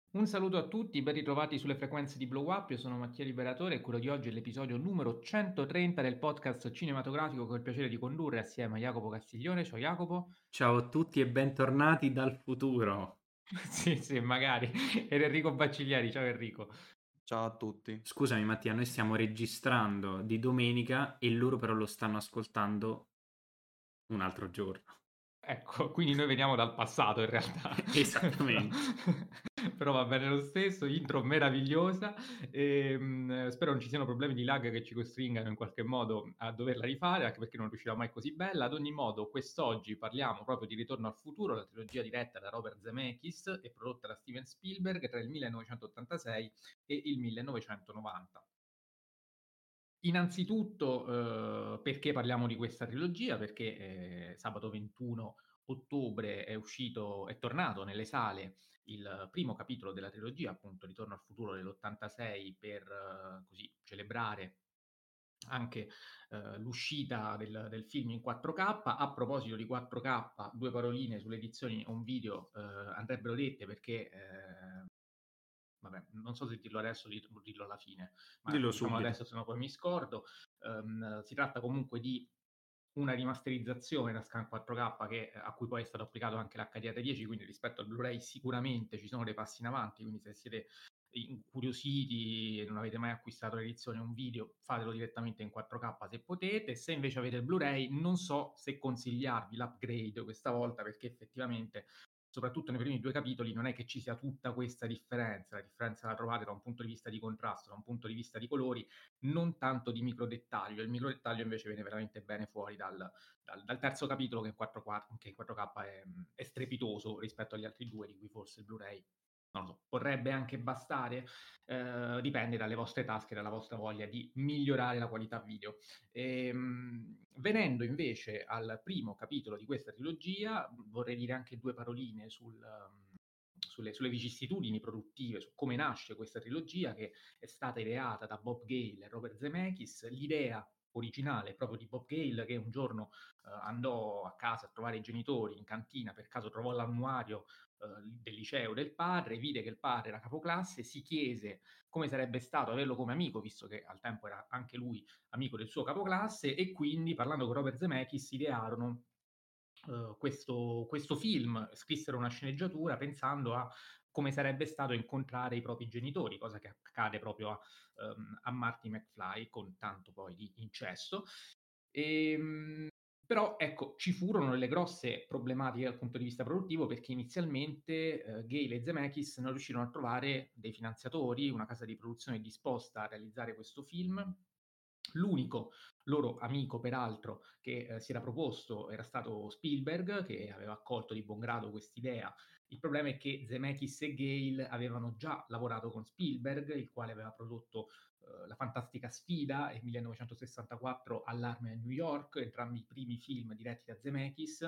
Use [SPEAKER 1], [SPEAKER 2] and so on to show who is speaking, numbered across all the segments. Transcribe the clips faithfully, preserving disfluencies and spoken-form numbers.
[SPEAKER 1] Un saluto a tutti, ben ritrovati sulle frequenze di Blow Up. Io sono Mattia Liberatore e quello di oggi è l'episodio numero centotrenta del podcast cinematografico che ho il piacere di condurre assieme a Jacopo Castiglione. Ciao Jacopo.
[SPEAKER 2] Ciao a tutti e bentornati dal futuro.
[SPEAKER 1] Sì, sì, magari. Ed Enrico Bacciglieri. Ciao Enrico.
[SPEAKER 3] Ciao a tutti.
[SPEAKER 2] Scusami Mattia, noi stiamo registrando di domenica e loro però lo stanno ascoltando un altro giorno.
[SPEAKER 1] Ecco, quindi noi veniamo dal passato in realtà.
[SPEAKER 2] Esattamente.
[SPEAKER 1] Però, però va bene lo stesso, intro meravigliosa. E, mh, spero non ci siano problemi di lag che ci costringano in qualche modo a doverla rifare, anche perché non riuscirà mai così bella. Ad ogni modo, quest'oggi parliamo proprio di Ritorno al futuro, la trilogia diretta da Robert Zemeckis e prodotta da Steven Spielberg tra il millenovecentottantasei e il millenovecentonovanta. Innanzitutto, eh, perché parliamo di questa trilogia? Perché eh, sabato ventuno ottobre è uscito, è tornato nelle sale il primo capitolo della trilogia, appunto Ritorno al futuro dell'ottantasei, per eh, così celebrare anche eh, l'uscita del, del film in quattro K. A proposito di quattro K, due paroline sulle edizioni home video eh, andrebbero dette perché eh, vabbè, non so se dirlo adesso o dir- dirlo alla fine, ma
[SPEAKER 2] Dillo
[SPEAKER 1] diciamo
[SPEAKER 2] subito.
[SPEAKER 1] adesso, se no poi mi scordo. Ehm, si tratta comunque di una rimasterizzazione da scan quattro K che, a cui poi è stato applicato anche l'H D R dieci, quindi rispetto al Blu-ray sicuramente ci sono dei passi in avanti, quindi se siete incuriositi e non avete mai acquistato l'edizione un video, fatelo direttamente in quattro K se potete. Se invece avete il Blu-ray, non so se consigliarvi l'upgrade questa volta, perché effettivamente soprattutto nei primi due capitoli non è che ci sia tutta questa differenza, la differenza la trovate da un punto di vista di contrasto, da un punto di vista di colori, non tanto di microdettaglio. Il microdettaglio invece viene veramente bene fuori dal, dal, dal terzo capitolo, che in quattro K, che in quattro K è, è strepitoso rispetto agli altri due, di cui forse il Blu-ray, non lo so, potrebbe anche bastare. Eh, dipende dalle vostre tasche, dalla vostra voglia di migliorare la qualità video. Ehm, venendo invece al primo capitolo di questa trilogia, vorrei dire anche due paroline sul, um, sulle, sulle vicissitudini produttive, su come nasce questa trilogia, che è stata ideata da Bob Gale e Robert Zemeckis. L'idea originale proprio di Bob Gale, che un giorno uh, andò a casa a trovare i genitori in cantina, per caso trovò l'annuario uh, del liceo del padre, vide che il padre era capoclasse, si chiese come sarebbe stato averlo come amico, visto che al tempo era anche lui amico del suo capoclasse, e quindi parlando con Robert Zemeckis idearono uh, questo, questo film, scrissero una sceneggiatura pensando a come sarebbe stato incontrare i propri genitori, cosa che accade proprio a, um, a Marty McFly, con tanto poi di incesto. E, mh, però ecco, ci furono delle grosse problematiche dal punto di vista produttivo, perché inizialmente eh, Gale e Zemeckis non riuscirono a trovare dei finanziatori, una casa di produzione disposta a realizzare questo film. L'unico loro amico, peraltro, che eh, si era proposto era stato Spielberg, che aveva accolto di buon grado quest'idea. Il problema è che Zemeckis e Gale avevano già lavorato con Spielberg, il quale aveva prodotto eh, La fantastica sfida e millenovecentosessantaquattro Allarme a New York, entrambi i primi film diretti da Zemeckis.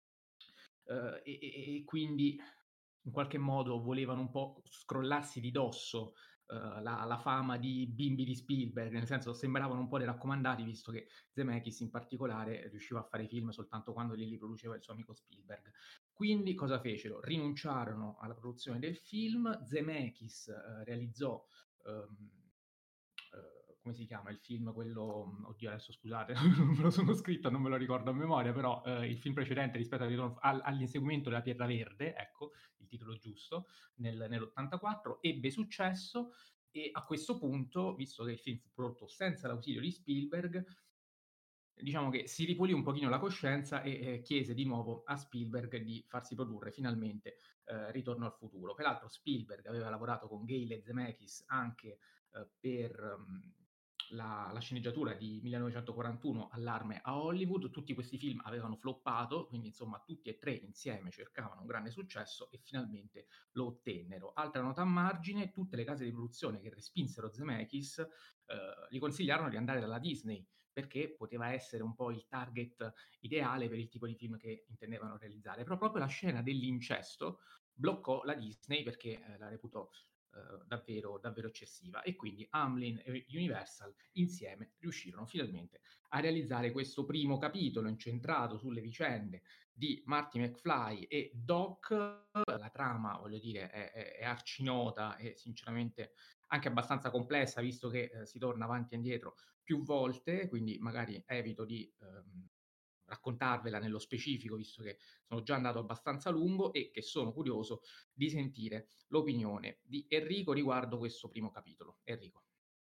[SPEAKER 1] Eh, e, e, e quindi in qualche modo volevano un po' scrollarsi di dosso uh, la, la fama di bimbi di Spielberg, nel senso sembravano un po' dei raccomandati, visto che Zemeckis in particolare riusciva a fare film soltanto quando li riproduceva il suo amico Spielberg. Quindi cosa fecero? Rinunciarono alla produzione del film. Zemeckis uh, realizzò um, Uh, come si chiama il film, quello, oddio adesso scusate, non me lo sono scritto, non me lo ricordo a memoria, però uh, il film precedente rispetto al, al, all'inseguimento della Pietra Verde, ecco il titolo giusto, nel, nell'ottantaquattro, ebbe successo, e a questo punto, visto che il film fu prodotto senza l'ausilio di Spielberg, diciamo che si ripulì un pochino la coscienza e eh, chiese di nuovo a Spielberg di farsi produrre finalmente eh, Ritorno al futuro. Peraltro Spielberg aveva lavorato con Gale e Zemeckis anche eh, per um, la, la sceneggiatura di millenovecentoquarantuno Allarme a Hollywood. Tutti questi film avevano floppato, quindi insomma tutti e tre insieme cercavano un grande successo e finalmente lo ottennero. Altra nota a margine: tutte le case di produzione che respinsero Zemeckis eh, gli consigliarono di andare dalla Disney, perché poteva essere un po' il target ideale per il tipo di film che intendevano realizzare. Però proprio la scena dell'incesto bloccò la Disney, perché eh, la reputò eh, davvero, davvero eccessiva. E quindi Amblin e Universal insieme riuscirono finalmente a realizzare questo primo capitolo incentrato sulle vicende di Marty McFly e Doc. La trama, voglio dire, è, è, è arcinota e sinceramente anche abbastanza complessa, visto che eh, si torna avanti e indietro più volte, quindi magari evito di ehm, raccontarvela nello specifico, visto che sono già andato abbastanza lungo e che sono curioso di sentire l'opinione di Enrico riguardo questo primo capitolo. Enrico.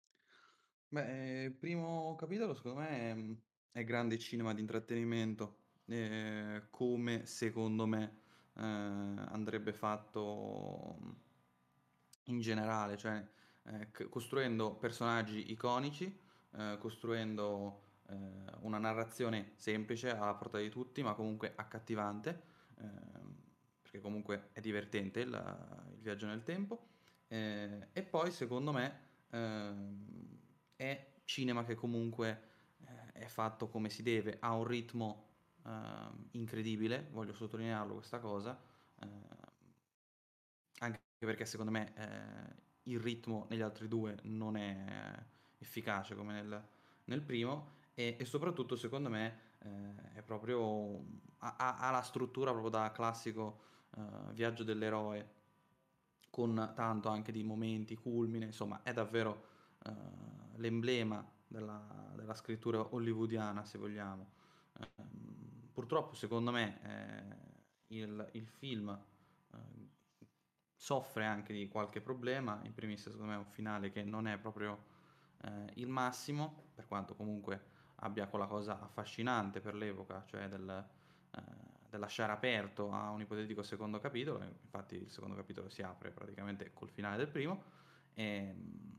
[SPEAKER 3] Beh, il primo capitolo secondo me è, mh, è grande cinema di intrattenimento, eh, come secondo me eh, andrebbe fatto mh, in generale, cioè eh, c- costruendo personaggi iconici, eh, costruendo eh, una narrazione semplice alla portata di tutti, ma comunque accattivante, ehm, perché comunque è divertente il, il viaggio nel tempo. Eh, e poi secondo me ehm, è cinema che comunque eh, è fatto come si deve, ha un ritmo ehm, incredibile, voglio sottolinearlo questa cosa, eh, anche perché secondo me eh, il ritmo negli altri due non è efficace come nel, nel primo e, e soprattutto secondo me eh, è proprio ha, ha- ha la struttura proprio da classico eh, viaggio dell'eroe con tanto anche di momenti, culmine, insomma è davvero eh, l'emblema della, della scrittura hollywoodiana se vogliamo. Ehm, purtroppo secondo me eh, il, il film eh, soffre anche di qualche problema, in primis secondo me è un finale che non è proprio eh, il massimo, per quanto comunque abbia quella cosa affascinante per l'epoca, cioè del, eh, del lasciare aperto a un ipotetico secondo capitolo, e infatti il secondo capitolo si apre praticamente col finale del primo, e,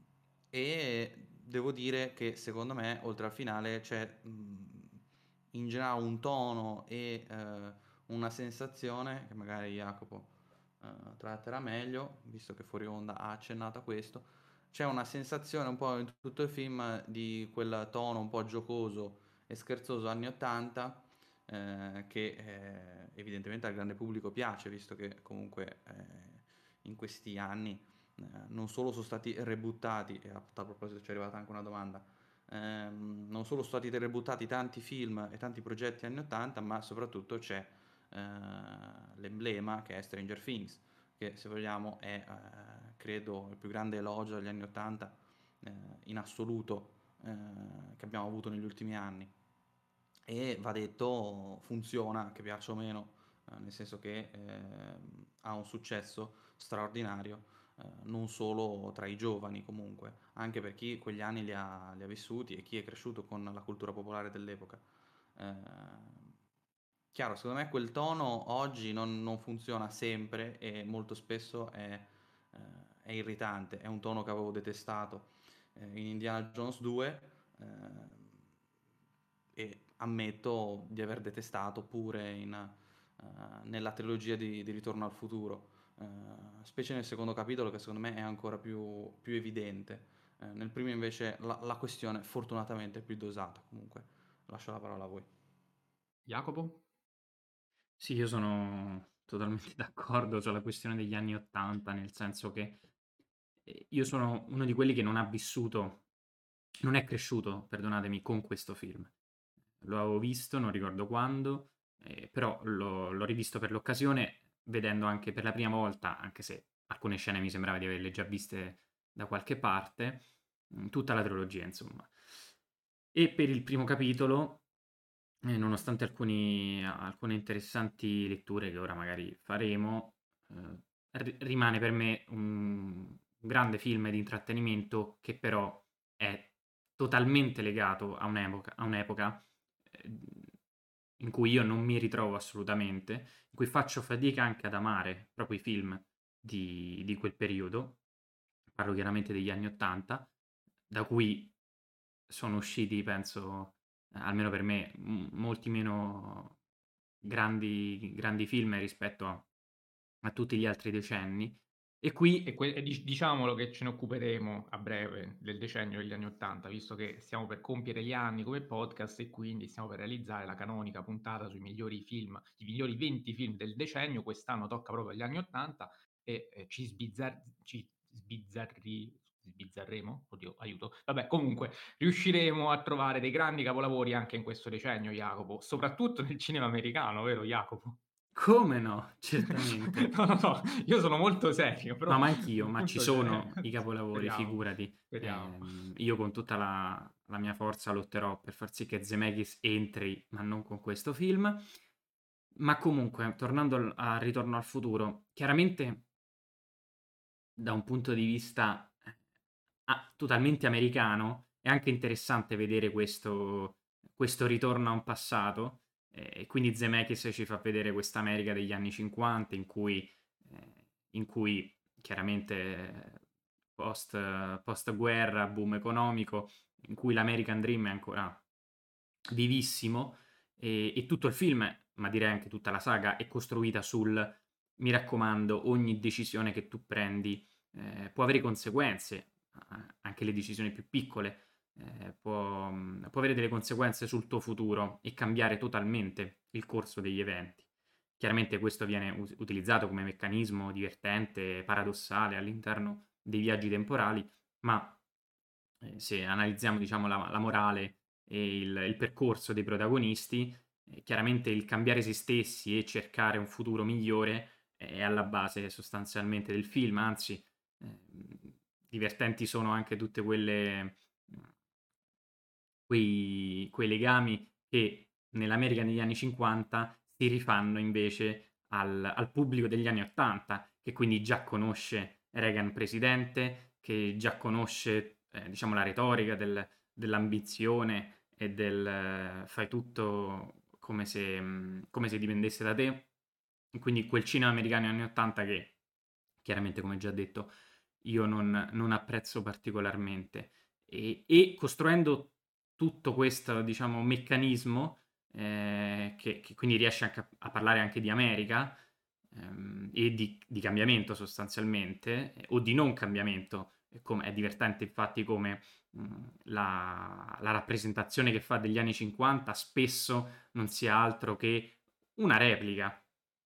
[SPEAKER 3] e devo dire che secondo me oltre al finale c'è mh, in generale un tono e eh, una sensazione che magari Jacopo eh, tratterà meglio, visto che fuori onda ha accennato a questo. C'è una sensazione un po' in tutto il film di quel tono un po' giocoso e scherzoso anni ottanta, eh, che eh, evidentemente al grande pubblico piace, visto che comunque eh, in questi anni eh, non solo sono stati rebuttati, e a tal proposito ci è arrivata anche una domanda, ehm, non solo sono stati rebuttati tanti film e tanti progetti anni ottanta, ma soprattutto c'è eh, l'emblema che è Stranger Things, che se vogliamo è, eh, credo, il più grande elogio degli anni ottanta eh, in assoluto eh, che abbiamo avuto negli ultimi anni. E va detto, funziona, che piaccia o meno, eh, nel senso che eh, ha un successo straordinario, eh, non solo tra i giovani comunque, anche per chi quegli anni li ha, li ha vissuti e chi è cresciuto con la cultura popolare dell'epoca. Eh, Chiaro, secondo me quel tono oggi non, non funziona sempre e molto spesso è, eh, è irritante, è un tono che avevo detestato eh, in Indiana Jones due eh, e ammetto di aver detestato pure in, eh, nella trilogia di, di Ritorno al futuro, eh, specie nel secondo capitolo che secondo me è ancora più, più evidente. Eh, nel primo invece la, la questione fortunatamente è più dosata. Comunque lascio la parola a voi.
[SPEAKER 1] Jacopo?
[SPEAKER 2] Sì, io sono totalmente d'accordo sulla questione degli anni ottanta, nel senso che eh, io sono uno di quelli che non ha vissuto, non è cresciuto, perdonatemi, con questo film. Lo avevo visto, non ricordo quando, eh, però l'ho, l'ho rivisto per l'occasione, vedendo anche per la prima volta, anche se alcune scene mi sembrava di averle già viste da qualche parte, mh, tutta la trilogia, insomma. E per il primo capitolo, eh, nonostante alcuni- alcune interessanti letture che ora magari faremo, eh, ri- rimane per me un, un grande film di intrattenimento che però è totalmente legato a un'epoca, a un'epoca eh, in cui io non mi ritrovo assolutamente, in cui faccio fatica anche ad amare proprio i film di, di quel periodo, parlo chiaramente degli anni Ottanta, da cui sono usciti, penso, eh, almeno per me, m- molti meno grandi, grandi film rispetto a, a tutti gli altri decenni. E
[SPEAKER 1] E,
[SPEAKER 2] qui
[SPEAKER 1] que- e dic- diciamolo che ce ne occuperemo a breve del decennio degli anni Ottanta, visto che stiamo per compiere gli anni come podcast e quindi stiamo per realizzare la canonica puntata sui migliori film, i migliori venti film del decennio. Quest'anno tocca proprio agli anni Ottanta e eh, ci, sbizzar- ci sbizzarri sbizzarremo? Oddio, aiuto. Vabbè, comunque riusciremo a trovare dei grandi capolavori anche in questo decennio, Jacopo, soprattutto nel cinema americano, vero Jacopo?
[SPEAKER 2] Come no, certamente.
[SPEAKER 1] No, no, no, io sono molto serio,
[SPEAKER 2] No,
[SPEAKER 1] però
[SPEAKER 2] ma anch'io, ma ci
[SPEAKER 1] appunto
[SPEAKER 2] sono
[SPEAKER 1] cioè
[SPEAKER 2] i capolavori,
[SPEAKER 1] speriamo,
[SPEAKER 2] figurati.
[SPEAKER 1] speriamo.
[SPEAKER 2] Ehm, io con tutta la, la mia forza lotterò per far sì che Zemeckis entri, ma non con questo film. Ma comunque, tornando al, a Ritorno al futuro, chiaramente da un punto di vista eh, ah, totalmente americano è anche interessante vedere questo, questo ritorno a un passato. eh, E quindi Zemeckis ci fa vedere questa America degli anni cinquanta in cui, eh, in cui chiaramente eh, post, post guerra, boom economico, in cui l'American Dream è ancora vivissimo e, e tutto il film, ma direi anche tutta la saga, è costruita sul mi raccomando, ogni decisione che tu prendi eh, può avere conseguenze, a- anche le decisioni più piccole, eh, può, può avere delle conseguenze sul tuo futuro e cambiare totalmente il corso degli eventi. Chiaramente questo viene us- utilizzato come meccanismo divertente, paradossale all'interno dei viaggi temporali, ma eh, se analizziamo diciamo, la, la morale e il, il percorso dei protagonisti, eh, chiaramente il cambiare se stessi e cercare un futuro migliore è alla base sostanzialmente del film, anzi eh, divertenti sono anche tutte quelle quei, quei legami che nell'America negli anni cinquanta si rifanno invece al, al pubblico degli anni ottanta, che quindi già conosce Reagan presidente, che già conosce eh, diciamo la retorica del- dell'ambizione e del eh, fai tutto come se, mh, come se dipendesse da te. Quindi quel cinema americano negli anni ottanta che chiaramente, come già detto, io non, non apprezzo particolarmente. E, e costruendo tutto questo, diciamo, meccanismo, eh, che, che quindi riesce anche a, a parlare anche di America, ehm, e di, di cambiamento sostanzialmente, eh, o di non cambiamento. E come- è divertente infatti come mh, la, la rappresentazione che fa degli anni cinquanta spesso non sia altro che una replica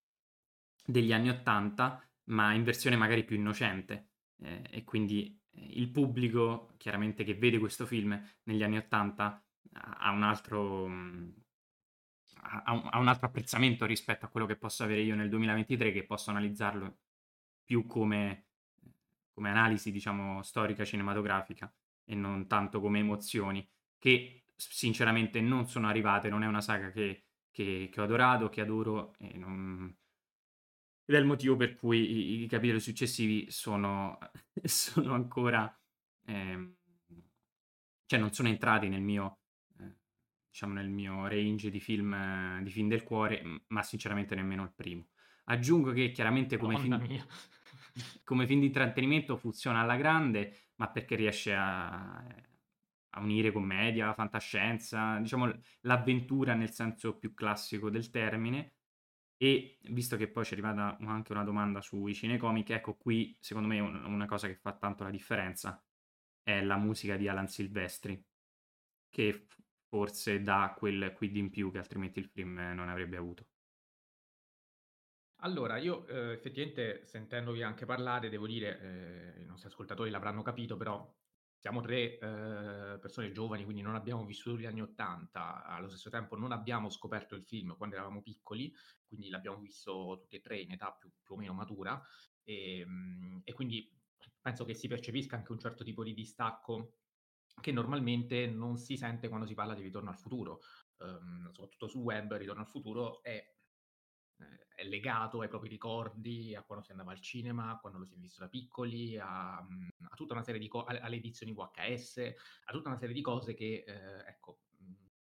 [SPEAKER 2] degli anni ottanta, ma in versione magari più innocente. Eh, e quindi eh, il pubblico, chiaramente, che vede questo film negli anni ottanta ha ha un altro, mh, ha, ha un, ha un altro apprezzamento rispetto a quello che posso avere io nel duemilaventitré, che posso analizzarlo più come, come analisi, diciamo, storica cinematografica e non tanto come emozioni, che sinceramente non sono arrivate, non è una saga che, che- che ho adorato, che adoro e non, ed è il motivo per cui i, i capitoli successivi sono, sono ancora, ehm, cioè non sono entrati nel mio, eh, diciamo nel mio range di film, eh, di film del cuore, m- ma sinceramente nemmeno il primo. Aggiungo che chiaramente come
[SPEAKER 1] Madonna
[SPEAKER 2] film,
[SPEAKER 1] mia.
[SPEAKER 2] come film di intrattenimento funziona alla grande, ma perché riesce a, a unire commedia, fantascienza, diciamo l'avventura nel senso più classico del termine. E visto che poi ci è arrivata anche una domanda sui cinecomic, ecco qui secondo me un- una cosa che fa tanto la differenza è la musica di Alan Silvestri, che f- forse dà quel quid in più che altrimenti il film eh, non avrebbe avuto.
[SPEAKER 1] Allora, io eh, effettivamente sentendovi anche parlare, devo dire, eh, i nostri ascoltatori l'avranno capito, però siamo tre eh, persone giovani, quindi non abbiamo vissuto gli anni Ottanta, allo stesso tempo non abbiamo scoperto il film quando eravamo piccoli, quindi l'abbiamo visto tutti e tre in età più, più o meno matura, e, mm, e quindi penso che si percepisca anche un certo tipo di distacco che normalmente non si sente quando si parla di Ritorno al futuro. Ehm, soprattutto sul web, Ritorno al futuro è eh, è legato ai propri ricordi, a quando si andava al cinema, a quando lo si è visto da piccoli, a, mh, a tutta una serie di cose, alle edizioni V H S, a tutta una serie di cose che, eh, ecco, mh,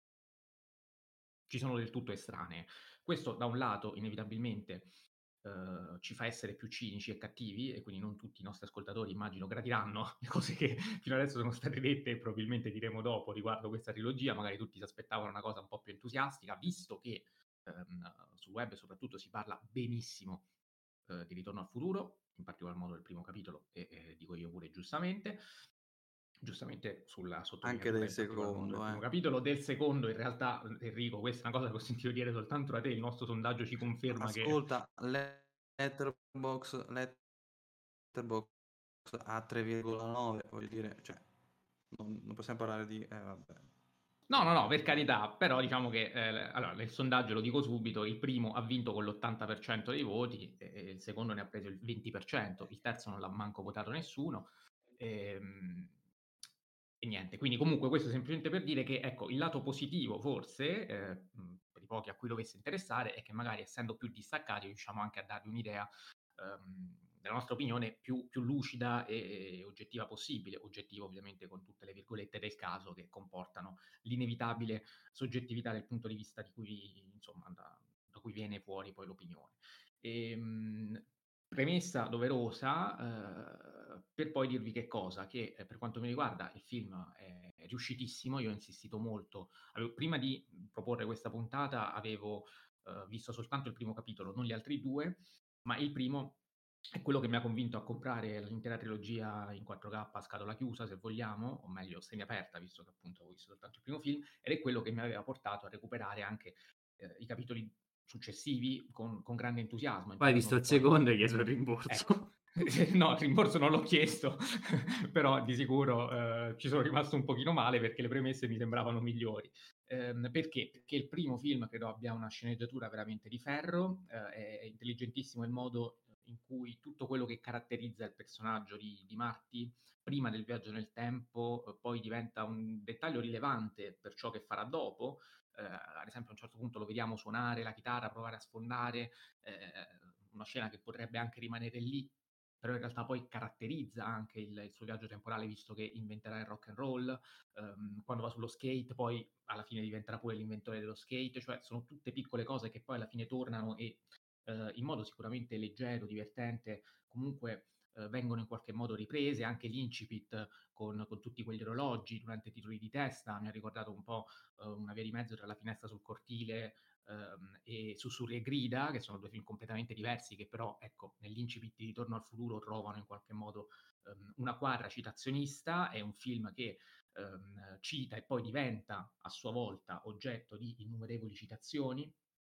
[SPEAKER 1] ci sono del tutto estranee. Questo da un lato inevitabilmente eh, ci fa essere più cinici e cattivi e quindi non tutti i nostri ascoltatori immagino gradiranno le cose che fino adesso sono state dette e probabilmente diremo dopo riguardo questa trilogia, magari tutti si aspettavano una cosa un po' più entusiastica, visto che ehm, sul web soprattutto si parla benissimo eh, di Ritorno al futuro, in particolar modo del primo capitolo e eh, dico io pure giustamente, giustamente sulla
[SPEAKER 3] Anche
[SPEAKER 1] sottolineatura
[SPEAKER 3] del
[SPEAKER 1] in particolar modo del
[SPEAKER 3] secondo,
[SPEAKER 1] primo
[SPEAKER 3] eh.
[SPEAKER 1] capitolo, del secondo in realtà Enrico, questa è una cosa che ho sentito dire soltanto da te, il nostro sondaggio ci conferma che
[SPEAKER 3] Ascolta, Letterbox, Letterbox a tre virgola nove, voglio dire, cioè, non, non possiamo parlare di... Eh, vabbè.
[SPEAKER 1] No, no, no, per carità, però diciamo che eh, allora, nel sondaggio, lo dico subito, il primo ha vinto con l'ottanta per cento dei voti, e, e il secondo ne ha preso il venti per cento, il terzo non l'ha manco votato nessuno. Ehm, E, niente, quindi comunque questo semplicemente per dire che, ecco, il lato positivo forse, eh, mh, per i pochi a cui dovesse interessare, è che magari essendo più distaccati riusciamo anche a darvi un'idea, ehm, della nostra opinione più, più lucida e, e oggettiva possibile, oggettiva ovviamente con tutte le virgolette del caso che comportano l'inevitabile soggettività del punto di vista di cui, insomma, da, da cui viene fuori poi l'opinione. Ehm, Premessa doverosa, eh, per poi dirvi che cosa, che eh, per quanto mi riguarda il film è, è riuscitissimo, io ho insistito molto. Avevo- prima di proporre questa puntata avevo eh, visto soltanto il primo capitolo, non gli altri due, ma il primo è quello che mi ha convinto a comprare l'intera trilogia in quattro K a scatola chiusa, se vogliamo, o meglio semiaperta, visto che appunto ho visto soltanto il primo film, ed è quello che mi aveva portato a recuperare anche eh, i capitoli successivi con, con grande entusiasmo, in
[SPEAKER 2] Poi hai
[SPEAKER 1] tal
[SPEAKER 2] visto
[SPEAKER 1] modo
[SPEAKER 2] il
[SPEAKER 1] che poi,
[SPEAKER 2] secondo e hai chiesto il
[SPEAKER 1] ecco,
[SPEAKER 2] rimborso.
[SPEAKER 1] no, il rimborso non l'ho chiesto, però di sicuro eh, ci sono rimasto un pochino male perché le premesse mi sembravano migliori. Ehm, perché? Perché il primo film credo abbia una sceneggiatura veramente di ferro, eh, è intelligentissimo il modo in cui tutto quello che caratterizza il personaggio di, di Marty prima del viaggio nel tempo eh, poi diventa un dettaglio rilevante per ciò che farà dopo. Eh, ad esempio a un certo punto lo vediamo suonare la chitarra, provare a sfondare, eh, una scena che potrebbe anche rimanere lì, però in realtà poi caratterizza anche il, il suo viaggio temporale, visto che inventerà il rock and roll, ehm, quando va sullo skate poi alla fine diventerà pure l'inventore dello skate, cioè sono tutte piccole cose che poi alla fine tornano e eh, in modo sicuramente leggero, divertente, comunque eh, vengono in qualche modo riprese, anche l'incipit con, con tutti quegli orologi durante i titoli di testa, mi ha ricordato un po' eh, una via di mezzo tra La finestra sul cortile ehm, e Sussurri e grida, che sono due film completamente diversi, che però, ecco, nell'incipit di Ritorno al futuro trovano in qualche modo ehm, una quadra citazionista. È un film che ehm, cita e poi diventa a sua volta oggetto di innumerevoli citazioni.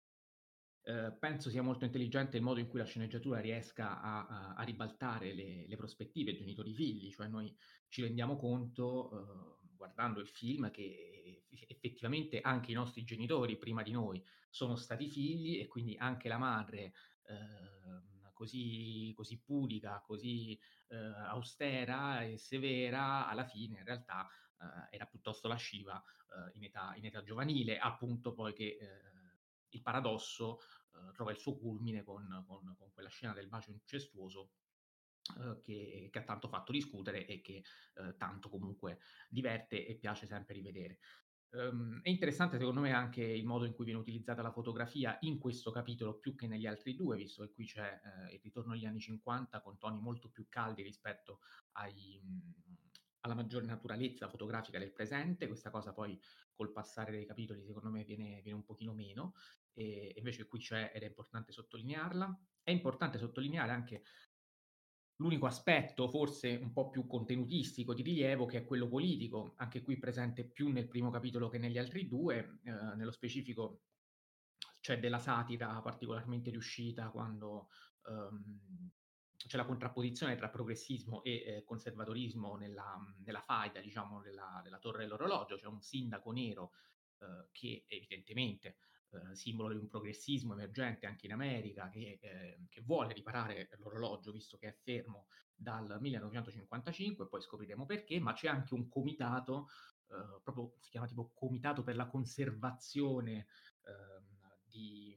[SPEAKER 1] Eh, penso sia molto intelligente il modo in cui la sceneggiatura riesca a, a- a ribaltare le, le prospettive genitori-figli, cioè noi ci rendiamo conto, eh, guardando il film, che effettivamente anche i nostri genitori prima di noi sono stati figli e quindi anche la madre ehm, così, così pudica, così eh, austera e severa, alla fine in realtà eh, era piuttosto lasciva eh, in età, in età giovanile, appunto poi che eh, il paradosso eh, trova il suo culmine con, con- con quella scena del bacio incestuoso eh, che, che ha tanto fatto discutere e che eh, tanto comunque diverte e piace sempre rivedere. Ehm, è interessante secondo me anche il modo in cui viene utilizzata la fotografia in questo capitolo più che negli altri due, visto che qui c'è eh, il ritorno agli anni cinquanta con toni molto più caldi rispetto ai, mh, alla maggiore naturalezza fotografica del presente. Questa cosa poi col passare dei capitoli secondo me viene, viene un pochino meno, e invece qui c'è ed è importante sottolinearla. È importante sottolineare anche l'unico aspetto, forse un po' più contenutistico di rilievo, che è quello politico, anche qui presente più nel primo capitolo che negli altri due. Eh, nello specifico c'è della satira particolarmente riuscita quando ehm, c'è la contrapposizione tra progressismo e eh, conservatorismo nella, nella faida, diciamo, della, della torre dell'orologio. C'è un sindaco nero eh, che evidentemente eh, simbolo di un progressismo emergente anche in America, che, eh, che vuole riparare l'orologio visto che è fermo dal millenovecentocinquantacinque, poi scopriremo perché, ma c'è anche un comitato, eh, proprio si chiama tipo Comitato per la conservazione ehm, di,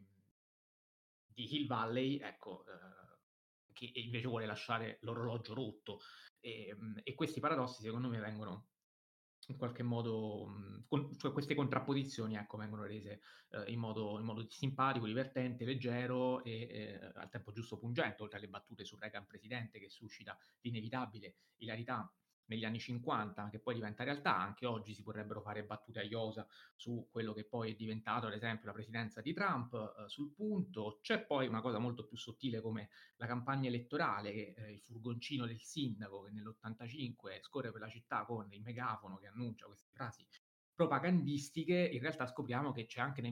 [SPEAKER 1] di Hill Valley, ecco, eh, che invece vuole lasciare l'orologio rotto. E, e questi paradossi secondo me vengono in qualche modo, mh, con, cioè queste contrapposizioni ecco, vengono rese eh, in, modo, in modo simpatico, divertente, leggero e eh, al tempo giusto pungente, oltre alle battute su Reagan presidente che suscita l'inevitabile ilarità negli anni cinquanta, che poi diventa realtà. Anche oggi si potrebbero fare battute a iosa su quello che poi è diventato, ad esempio, la presidenza di Trump eh, sul punto. C'è poi una cosa molto più sottile come la campagna elettorale, che, eh, il furgoncino del sindaco che nell'ottantacinque scorre per la città con il megafono che annuncia queste frasi propagandistiche. In realtà scopriamo che c'è anche nel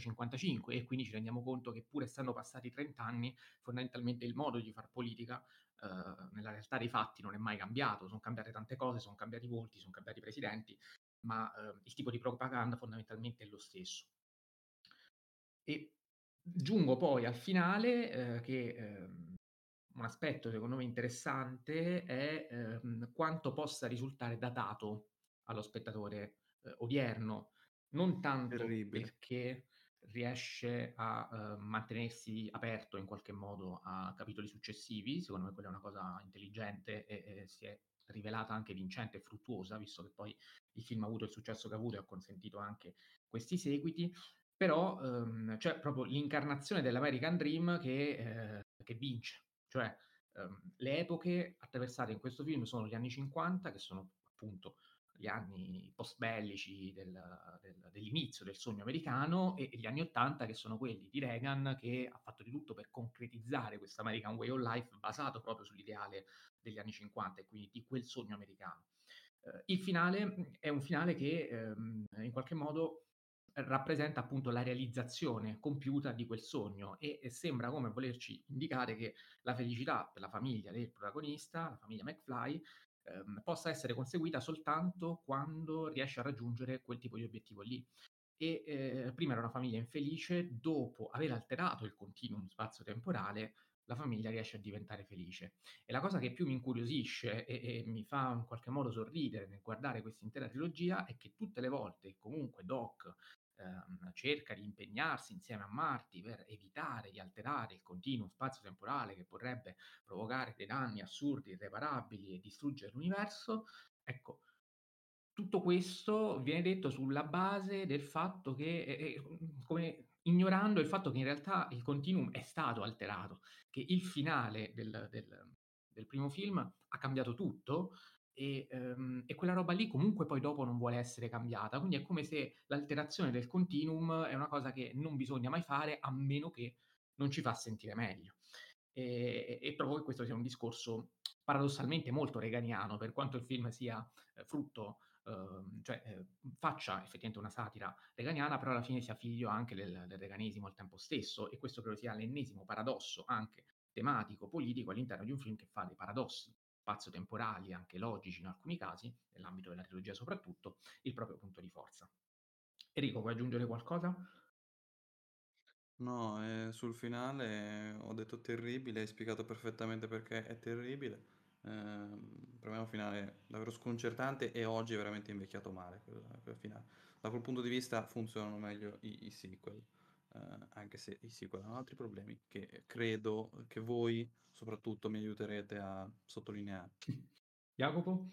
[SPEAKER 1] millenovecentocinquantacinque e quindi ci rendiamo conto che pur essendo passati trenta anni, fondamentalmente il modo di far politica uh, nella realtà dei fatti non è mai cambiato, sono cambiate tante cose, sono cambiati volti, sono cambiati presidenti, ma uh, il tipo di propaganda fondamentalmente è lo stesso. E giungo poi al finale, uh, che um, un aspetto secondo me interessante è ehm, quanto possa risultare datato allo spettatore eh, odierno, non tanto
[SPEAKER 3] Terribile.
[SPEAKER 1] perché riesce a eh, mantenersi aperto in qualche modo a capitoli successivi, secondo me quella è una cosa intelligente e, e si è rivelata anche vincente e fruttuosa, visto che poi il film ha avuto il successo che ha avuto e ha consentito anche questi seguiti, però ehm, c'è proprio l'incarnazione dell'American Dream che, eh, che vince. Cioè, ehm, le epoche attraversate in questo film sono gli anni cinquanta, che sono appunto gli anni post-bellici del del dell'inizio del sogno americano, e e gli anni ottanta che sono quelli di Reagan, che ha fatto di tutto per concretizzare questo American Way of Life basato proprio sull'ideale degli anni cinquanta e quindi di quel sogno americano. Ehm, il finale, mhmm, è un finale che, ehm, in qualche modo rappresenta appunto la realizzazione compiuta di quel sogno e e sembra come volerci indicare che la felicità per la famiglia del protagonista, la famiglia McFly, ehm, possa essere conseguita soltanto quando riesce a raggiungere quel tipo di obiettivo lì. E, ehm, prima era una famiglia infelice, dopo aver alterato il continuum spazio-temporale, la famiglia riesce a diventare felice. E la cosa che più mi incuriosisce e e mi fa in qualche modo sorridere nel guardare questa intera trilogia è che tutte le volte che comunque Doc, ehm, cerca di impegnarsi insieme a Marty per evitare di alterare il continuum spazio-temporale che potrebbe provocare dei danni assurdi, irreparabili e distruggere l'universo, ecco, tutto questo viene detto sulla base del fatto che e e mhmm, come ignorando il fatto che in realtà il continuum è stato alterato, che il finale del del del primo film ha cambiato tutto e ehm, e quella roba lì comunque poi dopo non vuole essere cambiata. Quindi è come se l'alterazione del continuum è una cosa che non bisogna mai fare a meno che non ci fa sentire meglio. E e trovo che questo sia un discorso paradossalmente molto reganiano, per quanto il film sia, ehm, frutto uhm, cioè, ehm, faccia effettivamente una satira reganiana, però alla fine sia figlio anche del del reganismo al tempo stesso, e questo credo sia l'ennesimo paradosso anche tematico, politico all'interno di un film che fa dei paradossi spazio-temporali, anche logici in alcuni casi, nell'ambito della trilogia soprattutto, il proprio punto di forza. Enrico, vuoi aggiungere qualcosa?
[SPEAKER 3] No, ehm, sul finale ho detto terribile, hai spiegato perfettamente perché è terribile. Ehm, per me è un finale davvero sconcertante e oggi è veramente invecchiato male quel quel finale. Da quel punto di vista funzionano meglio i i sequel, ehm, anche se i sequel hanno altri problemi che credo che voi soprattutto mi aiuterete a sottolineare.
[SPEAKER 1] Jacopo?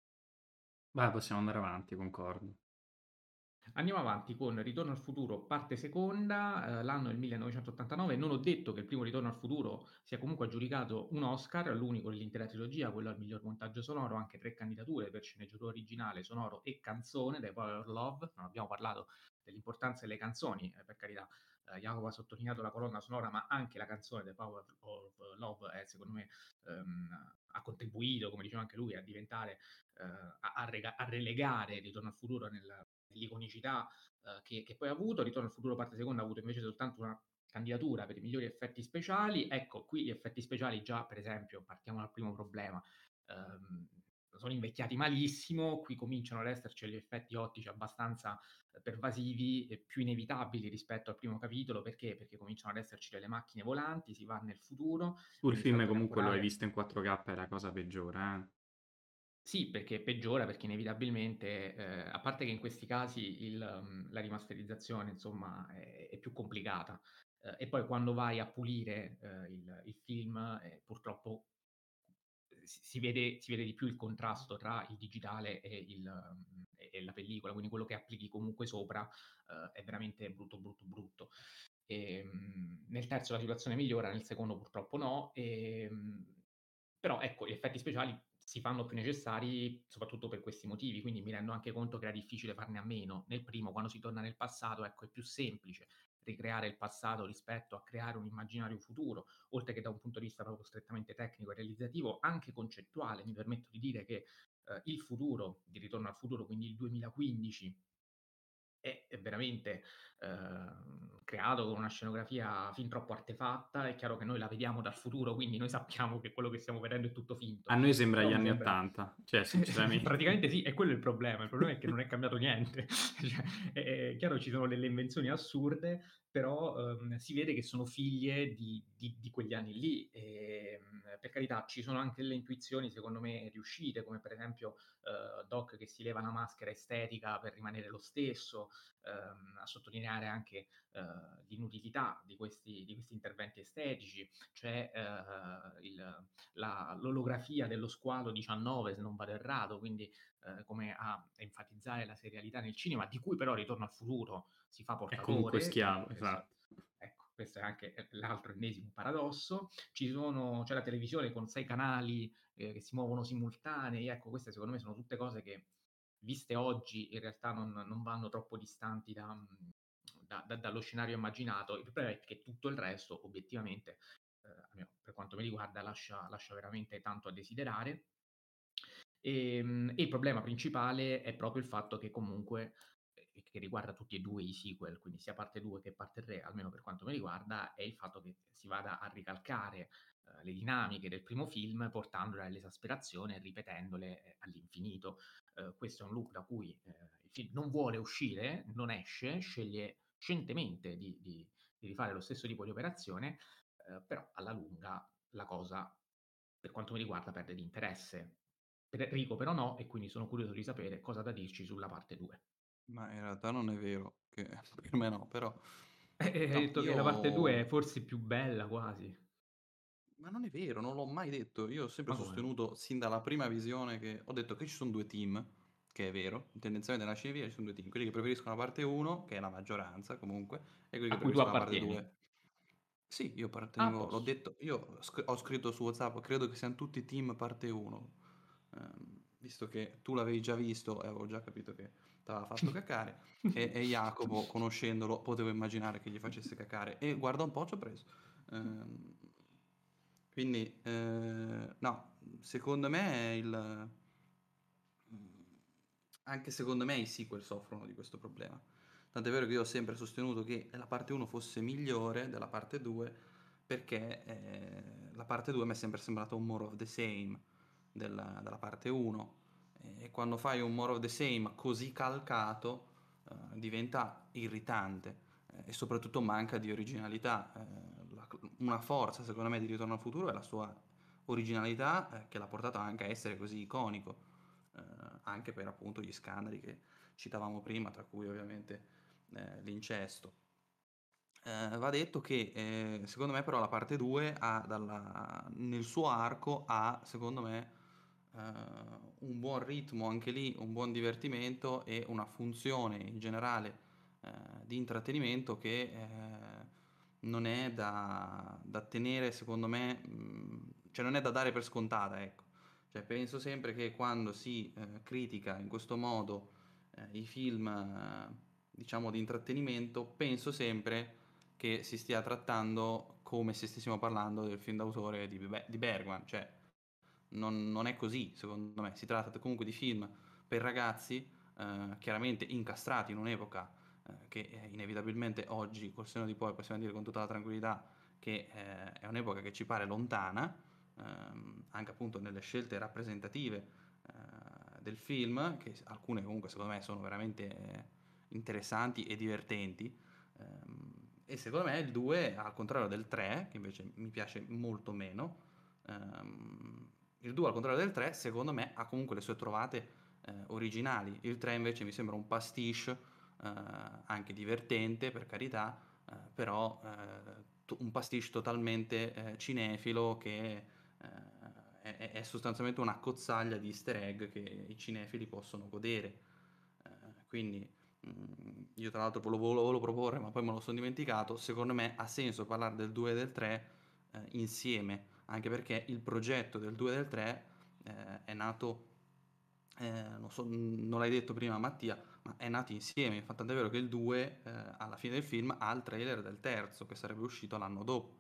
[SPEAKER 2] Beh, possiamo andare avanti, concordo.
[SPEAKER 1] Andiamo avanti con Ritorno al futuro, parte seconda, eh, l'anno è il millenovecentottantanove. Non ho detto che il primo Ritorno al futuro sia comunque aggiudicato un Oscar, l'unico dell'intera trilogia, quello al miglior montaggio sonoro, anche tre candidature per sceneggiatura originale, sonoro e canzone, dai Power of Love. Non abbiamo parlato dell'importanza delle canzoni, eh, per carità. eh, Jacopo ha sottolineato la colonna sonora, ma anche la canzone The Power of Love è, secondo me, ehm, ha contribuito, come diceva anche lui, a diventare, eh, a, a rega- a relegare Ritorno al futuro nel nell'iconicità eh, che, che poi ha avuto. Ritorno al futuro parte seconda ha avuto invece soltanto una candidatura per i migliori effetti speciali. Ecco, qui gli effetti speciali già, per esempio, partiamo dal primo problema, ehm, sono invecchiati malissimo, qui cominciano ad esserci gli effetti ottici abbastanza eh, pervasivi e più inevitabili rispetto al primo capitolo, perché? Perché cominciano ad esserci delle macchine volanti, si va nel futuro,
[SPEAKER 2] Tu il
[SPEAKER 1] quindi il
[SPEAKER 2] film
[SPEAKER 1] salto
[SPEAKER 2] comunque lo hai
[SPEAKER 1] temporale.
[SPEAKER 2] visto in quattro K, è la cosa peggiore, eh?
[SPEAKER 1] Sì, perché peggiora, perché inevitabilmente, ehm, a parte che in questi casi il mhmm, la rimasterizzazione insomma è è più complicata, ehm, e poi quando vai a pulire, ehm, il il film, ehm, purtroppo ehm, si si vede si vede di più il contrasto tra il digitale e il mhmm, e e la pellicola, quindi quello che applichi comunque sopra, ehm, è veramente brutto, brutto, brutto. Ehm, nel terzo la situazione migliora, nel secondo purtroppo no, ehm, però ecco, gli effetti speciali si fanno più necessari soprattutto per questi motivi, quindi mi rendo anche conto che era difficile farne a meno. Nel primo, quando si torna nel passato, ecco, è più semplice ricreare il passato rispetto a creare un immaginario futuro, oltre che da un punto di vista proprio strettamente tecnico e realizzativo, anche concettuale. Mi permetto di dire che, ehm, il futuro di Ritorno al futuro, quindi il duemilaquindici, è è veramente, ehm, creato con una scenografia fin troppo artefatta. È chiaro che noi la vediamo dal futuro, quindi noi sappiamo che quello che stiamo vedendo è tutto
[SPEAKER 2] A
[SPEAKER 1] finto,
[SPEAKER 2] noi sembra
[SPEAKER 1] però
[SPEAKER 2] gli
[SPEAKER 1] mi
[SPEAKER 2] anni
[SPEAKER 1] sembra
[SPEAKER 2] 'ottanta, cioè sinceramente.
[SPEAKER 1] praticamente sì, è quello il problema. Il problema è che non è cambiato niente. Cioè, è è chiaro ci sono delle invenzioni assurde, però, ehm, si vede che sono figlie di di di quegli anni lì. Ehm, per carità, ci sono anche delle intuizioni secondo me riuscite, come per esempio, ehm, Doc che si leva la maschera estetica per rimanere lo stesso, ehm, a sottolineare anche, ehm, l'inutilità di questi di questi interventi estetici. C'è, ehm, il la l'olografia dello squalo diciannove, se non vado errato, quindi, ehm, come a enfatizzare la serialità nel cinema, di cui però Ritorno al futuro si fa
[SPEAKER 2] È comunque
[SPEAKER 1] portatore, quindi
[SPEAKER 2] schiavo,
[SPEAKER 1] questo
[SPEAKER 2] esatto.
[SPEAKER 1] ecco, questo è anche, ehm, l'altro ennesimo paradosso. Ci sono c'è la televisione con sei canali, ehm, che si muovono simultanei. Ecco, queste secondo me sono tutte cose che, viste oggi, in realtà non non vanno troppo distanti da mhmm, da da dallo scenario immaginato. Il problema è che tutto il resto obiettivamente, ehm, almeno per quanto mi riguarda, lascia lascia veramente tanto a desiderare. Ehm, e il problema principale è proprio il fatto che comunque, ehm, che riguarda tutti e due i sequel, quindi sia parte due che parte tre, almeno per quanto mi riguarda, è il fatto che si vada a ricalcare, ehm, le dinamiche del primo film portandole all'esasperazione e ripetendole, ehm, all'infinito. Ehm, questo è un loop da cui, ehm, il film non vuole uscire, non esce, sceglie scientemente di di di rifare lo stesso tipo di operazione, ehm, però alla lunga la cosa, per quanto mi riguarda, perde di interesse. Per Enrico però no, e quindi sono curioso di sapere cosa ha da dirci sulla parte due.
[SPEAKER 3] Ma in realtà non è vero, che per me no, però
[SPEAKER 1] Eh, eh, hai
[SPEAKER 3] no,
[SPEAKER 1] detto che la parte due è
[SPEAKER 3] io
[SPEAKER 1] forse più bella quasi.
[SPEAKER 3] ma non è vero, non l'ho mai detto. Io ho sempre
[SPEAKER 1] Ma come no?
[SPEAKER 3] sostenuto sin dalla prima visione che ho detto che ci sono due team, che è vero, tendenzialmente nella cinefilia ci sono due team, quelli che preferiscono la parte uno, che è la maggioranza comunque, e quelli che
[SPEAKER 1] A cui tu
[SPEAKER 3] preferiscono la parte
[SPEAKER 1] appartieni.
[SPEAKER 3] due. Sì, io
[SPEAKER 1] A
[SPEAKER 3] appartengo, l'ho
[SPEAKER 1] posto.
[SPEAKER 3] detto, io sc- ho scritto su WhatsApp, credo che siano tutti team parte uno. Ehm, visto che tu l'avevi già visto e avevo già capito che ti aveva fatto cacare, e, e Jacopo, conoscendolo, potevo immaginare che gli facesse cacare, e guarda un po' ci ho preso. Ehm, quindi, eh, no, secondo me il... anche secondo me i sequel soffrono di questo problema. Tant'è vero che io ho sempre sostenuto che la parte uno fosse migliore della parte due perché eh, la parte due mi è sempre sembrata un more of the same della, della parte uno e quando fai un more of the same così calcato eh, diventa irritante eh, e soprattutto manca di originalità. Eh, la- una forza secondo me di Ritorno al futuro è la sua originalità eh, che l'ha portato anche a essere così iconico, eh, anche per appunto gli scandali che citavamo prima, tra cui ovviamente eh, l'incesto. Eh, va detto che eh, secondo me però la parte due ha dalla- nel suo arco ha secondo me eh, un buon ritmo anche lì, un buon divertimento e una funzione in generale eh, di intrattenimento che eh, non è da, da tenere secondo me, mh, cioè non è da dare per scontata, ecco. Cioè penso sempre che quando si eh, critica in questo modo eh, i film eh, diciamo di intrattenimento, penso sempre che si stia trattando come se stessimo parlando del film d'autore di, Be- di Bergman, cioè non, non è così secondo me, si tratta comunque di film per ragazzi, eh, chiaramente incastrati in un'epoca eh, che eh, inevitabilmente oggi, col senno di poi, possiamo dire con tutta la tranquillità che eh, è un'epoca che ci pare lontana, ehm, anche appunto nelle scelte rappresentative eh, del film, che alcune comunque secondo me sono veramente eh, interessanti e divertenti. Ehm, e secondo me il due, al contrario del tre, che invece mi piace molto meno, ehm, il due al contrario del tre, secondo me ha comunque le sue trovate eh, originali. Il tre invece mi sembra un pastiche, eh, anche divertente per carità, eh, però eh, to- un pastiche totalmente eh, cinefilo che eh, è, è sostanzialmente una cozzaglia di easter egg che i cinefili possono godere. Eh, quindi mm, io tra l'altro ve lo volevo, volevo proporre, ma poi me lo sono dimenticato. Secondo me ha senso parlare del due e del tre eh, insieme, anche perché il progetto del due e del tre eh, è nato, eh, non so, non l'hai detto prima Mattia, ma è nato insieme. Infatti è vero che il due eh, alla fine del film ha il trailer del terzo che sarebbe uscito l'anno dopo.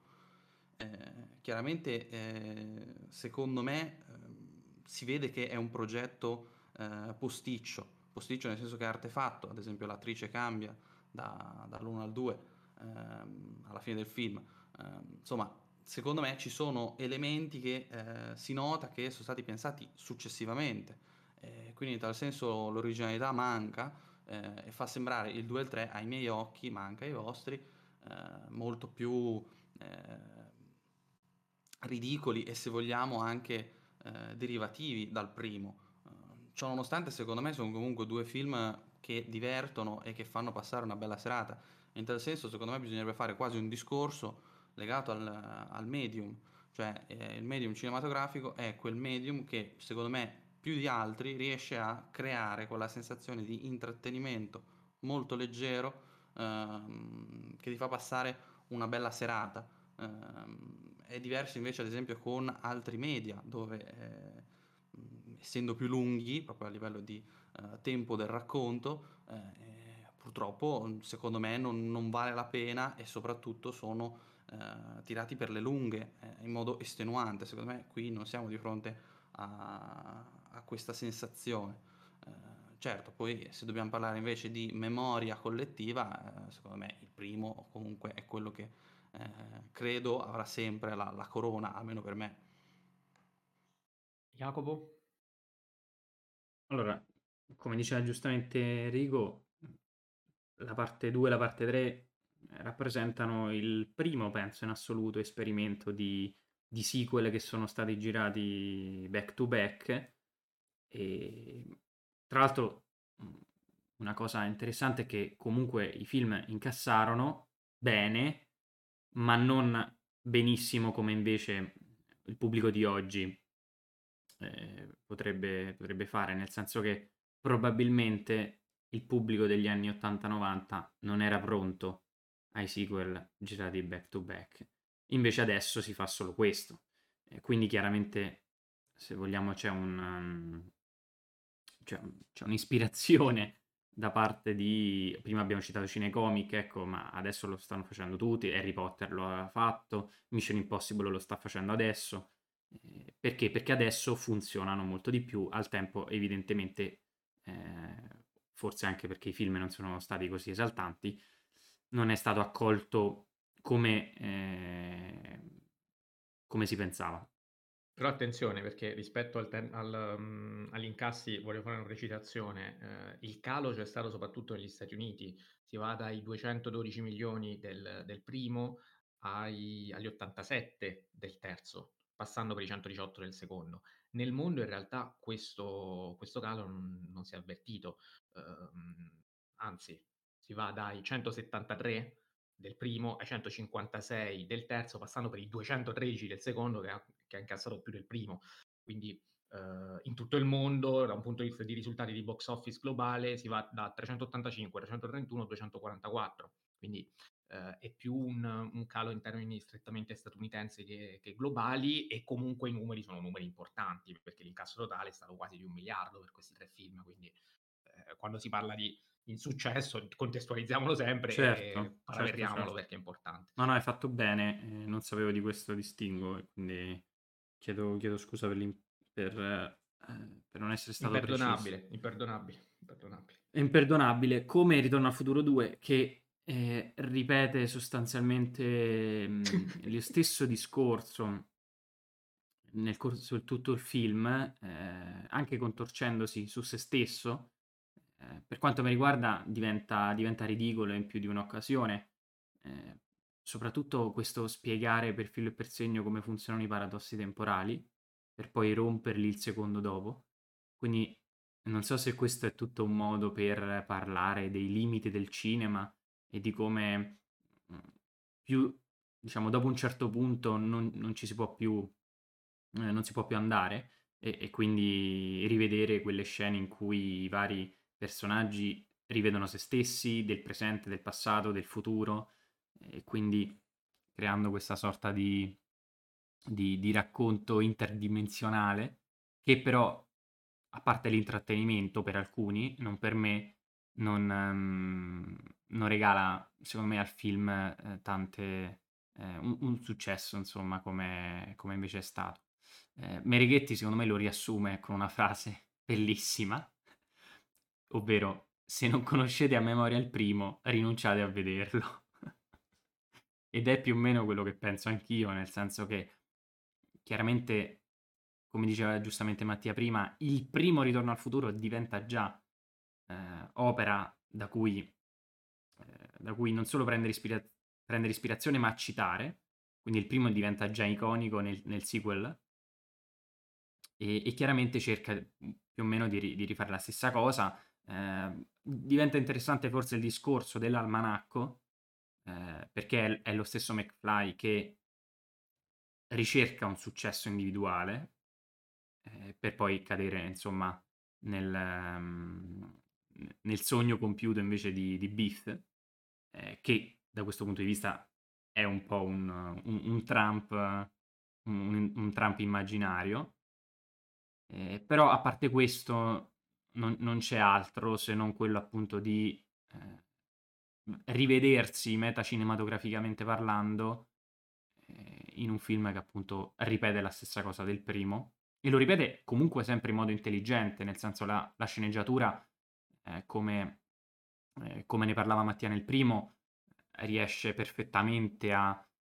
[SPEAKER 3] Eh, chiaramente, eh, secondo me, ehm, si vede che è un progetto eh, posticcio, posticcio nel senso che è artefatto, ad esempio l'attrice cambia da- dall'uno al due ehm, alla fine del film. Ehm, insomma, secondo me ci sono elementi che eh, si nota che sono stati pensati successivamente. Eh, quindi in tal senso l'originalità manca eh, e fa sembrare il due e il tre ai miei occhi, ma anche ai vostri, eh, molto più eh, ridicoli e se vogliamo anche eh, derivativi dal primo. Eh, ciò nonostante, secondo me sono comunque due film che divertono e che fanno passare una bella serata. In tal senso, secondo me, bisognerebbe fare quasi un discorso legato al, al medium, cioè eh, il medium cinematografico è quel medium che, secondo me, più di altri riesce a creare quella sensazione di intrattenimento molto leggero ehm, che ti fa passare una bella serata. Ehm, è diverso invece, ad esempio, con altri media, dove eh, mh, essendo più lunghi, proprio a livello di eh, tempo del racconto, eh, purtroppo, secondo me, non, non vale la pena e soprattutto sono eh, tirati per le lunghe, eh, in modo estenuante. Secondo me qui non siamo di fronte a, a questa sensazione. Eh, certo, poi se dobbiamo parlare invece di memoria collettiva, eh, secondo me il primo comunque è quello che eh, credo avrà sempre la, la corona, almeno per me.
[SPEAKER 1] Jacopo?
[SPEAKER 2] Allora, come diceva giustamente Enrico, la parte due e la parte tre eh, rappresentano il primo, penso, in assoluto esperimento di, di sequel che sono stati girati back to back. E tra l'altro, mh, una cosa interessante è che comunque i film incassarono bene, ma non benissimo come invece il pubblico di oggi eh, potrebbe, potrebbe fare, nel senso che probabilmente il pubblico degli anni ottanta novanta non era pronto ai sequel girati back to back. Invece adesso si fa solo questo. E quindi chiaramente, se vogliamo, c'è un, um, c'è, un- c'è un'ispirazione da parte di... Prima abbiamo citato Cinecomic, ecco, ma adesso lo stanno facendo tutti. Harry Potter lo ha fatto, Mission Impossible lo sta facendo adesso. Eh, perché? Perché adesso funzionano molto di più, al tempo evidentemente, eh, forse anche perché i film non sono stati così esaltanti, non è stato accolto come, eh, come si pensava.
[SPEAKER 1] Però attenzione perché rispetto al ten- al, mm, agli incassi voglio fare una precisazione, eh, il calo c'è stato soprattutto negli Stati Uniti, si va dai duecentododici milioni del, del primo ai- agli ottantasette del terzo, passando per i centodiciotto del secondo. Nel mondo in realtà questo, questo calo non, non si è avvertito, ehm, anzi si va dai centosettantatré del primo ai centocinquantasei del terzo, passando per i duecentotredici del secondo che ha, che ha incassato più del primo. Quindi eh, in tutto il mondo, da un punto di vista di risultati di box office globale, si va da trecentottantacinque, trecentotrentuno, duecentoquarantaquattro. Quindi eh, è più un, un, calo in termini strettamente statunitensi che, che globali e comunque i numeri sono numeri importanti perché l'incasso totale è stato quasi di un miliardo per questi tre film. Quindi eh, quando si parla di insuccesso, contestualizziamolo sempre e, e
[SPEAKER 2] Certo, certo,
[SPEAKER 1] parametriamolo
[SPEAKER 2] certo.
[SPEAKER 1] perché è importante.
[SPEAKER 2] No, no, hai fatto bene, eh, non sapevo di questo distinguo e quindi chiedo, chiedo scusa per, l'im- per, eh, per non essere stato preciso.
[SPEAKER 1] Imperdonabile, imperdonabile, imperdonabile.
[SPEAKER 2] È imperdonabile, come Ritorno al futuro due, che eh, ripete sostanzialmente mh, lo stesso discorso nel corso di tutto il film, eh, anche contorcendosi su se stesso. Eh, per quanto mi riguarda diventa, diventa ridicolo in più di un'occasione. Eh, soprattutto questo spiegare per filo e per segno come funzionano i paradossi temporali, per poi romperli il secondo dopo. Quindi non so se questo è tutto un modo per parlare dei limiti del cinema e di come mh, più, diciamo, dopo un certo punto non, non ci si può più, eh, non si può più andare e, e quindi rivedere quelle scene in cui i vari personaggi rivedono se stessi, del presente, del passato, del futuro, e quindi creando questa sorta di, di- di racconto interdimensionale che però, a parte l'intrattenimento per alcuni, non per me, non, ehm, non regala, secondo me, al film eh, tante, eh, un, un successo, insomma, come, come invece è stato. Eh, Mereghetti, secondo me, lo riassume con una frase bellissima, ovvero se non conoscete a memoria il primo, rinunciate a vederlo. Ed è più o meno quello che penso anch'io, nel senso che chiaramente, come diceva giustamente Mattia prima, il primo Ritorno al futuro diventa già eh, opera da cui, eh, da cui non solo prendere, ispira- prendere ispirazione, ma citare. Quindi il primo diventa già iconico nel, nel sequel e, e chiaramente cerca più o meno di, ri- di rifare la stessa cosa. Eh, diventa interessante forse il discorso dell'almanacco, eh, perché è, è lo stesso McFly che ricerca un successo individuale eh, per poi cadere, insomma, nel, ehm, nel sogno compiuto invece di, di Biff, eh, che da questo punto di vista è un po' un, un, un Trump, un, un Trump immaginario. Eh, però a parte questo non, non c'è altro se non quello appunto di eh, rivedersi metacinematograficamente parlando eh, in un film che appunto ripete la stessa cosa del primo e lo ripete comunque sempre in modo intelligente, nel senso la, la sceneggiatura, eh, come, eh, come ne parlava Mattia nel primo, riesce perfettamente a,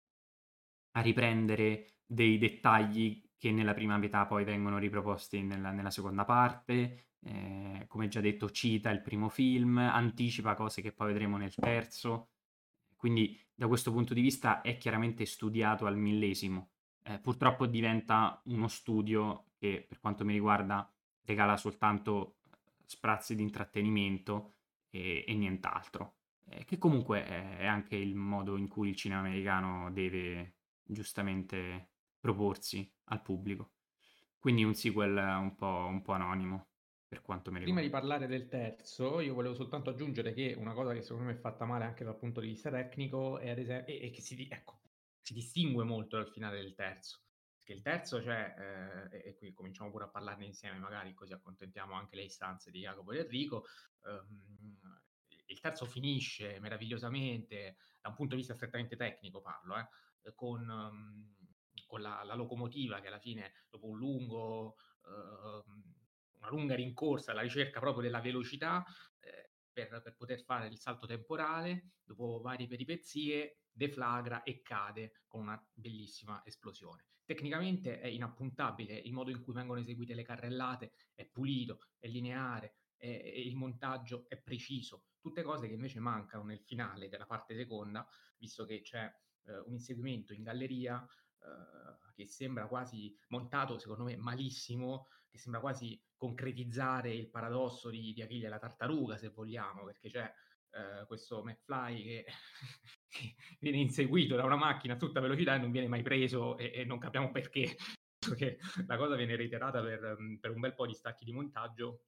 [SPEAKER 2] a riprendere dei dettagli che nella prima metà poi vengono riproposti nella, nella seconda parte. Eh, come già detto, cita il primo film, anticipa cose che poi vedremo nel terzo. Quindi da questo punto di vista è chiaramente studiato al millesimo. Eh, purtroppo diventa uno studio che, per quanto mi riguarda, regala soltanto sprazzi di intrattenimento e, e nient'altro. Eh, che comunque è, è anche il modo in cui il cinema americano deve giustamente proporsi al pubblico. Quindi un sequel un po', un po' anonimo, per quanto mi
[SPEAKER 1] Prima di
[SPEAKER 2] riguarda.
[SPEAKER 1] parlare del terzo, io volevo soltanto aggiungere che una cosa che secondo me è fatta male anche dal punto di vista tecnico è ad esempio, e, e che si, di- ecco, si distingue molto dal finale del terzo. Perché il terzo c'è, eh, e, e qui cominciamo pure a parlarne insieme, magari così accontentiamo anche le istanze di Jacopo e Enrico. ehm, il terzo finisce meravigliosamente, da un punto di vista strettamente tecnico parlo, eh, con, ehm, con la, la locomotiva che alla fine, dopo un lungo... ehm, una lunga rincorsa alla ricerca proprio della velocità eh, per, per poter fare il salto temporale, dopo varie peripezie, deflagra e cade con una bellissima esplosione. Tecnicamente è inappuntabile il modo in cui vengono eseguite le carrellate, è pulito, è lineare, è, è il montaggio è preciso, tutte cose che invece mancano nel finale della parte seconda, visto che c'è eh, un inseguimento in galleria eh, che sembra quasi montato, secondo me, malissimo, che sembra quasi concretizzare il paradosso di, di Achille e la tartaruga, se vogliamo, perché c'è eh, questo McFly che, che viene inseguito da una macchina a tutta velocità e non viene mai preso e, e non capiamo perché. Che la cosa viene reiterata per, per un bel po' di stacchi di montaggio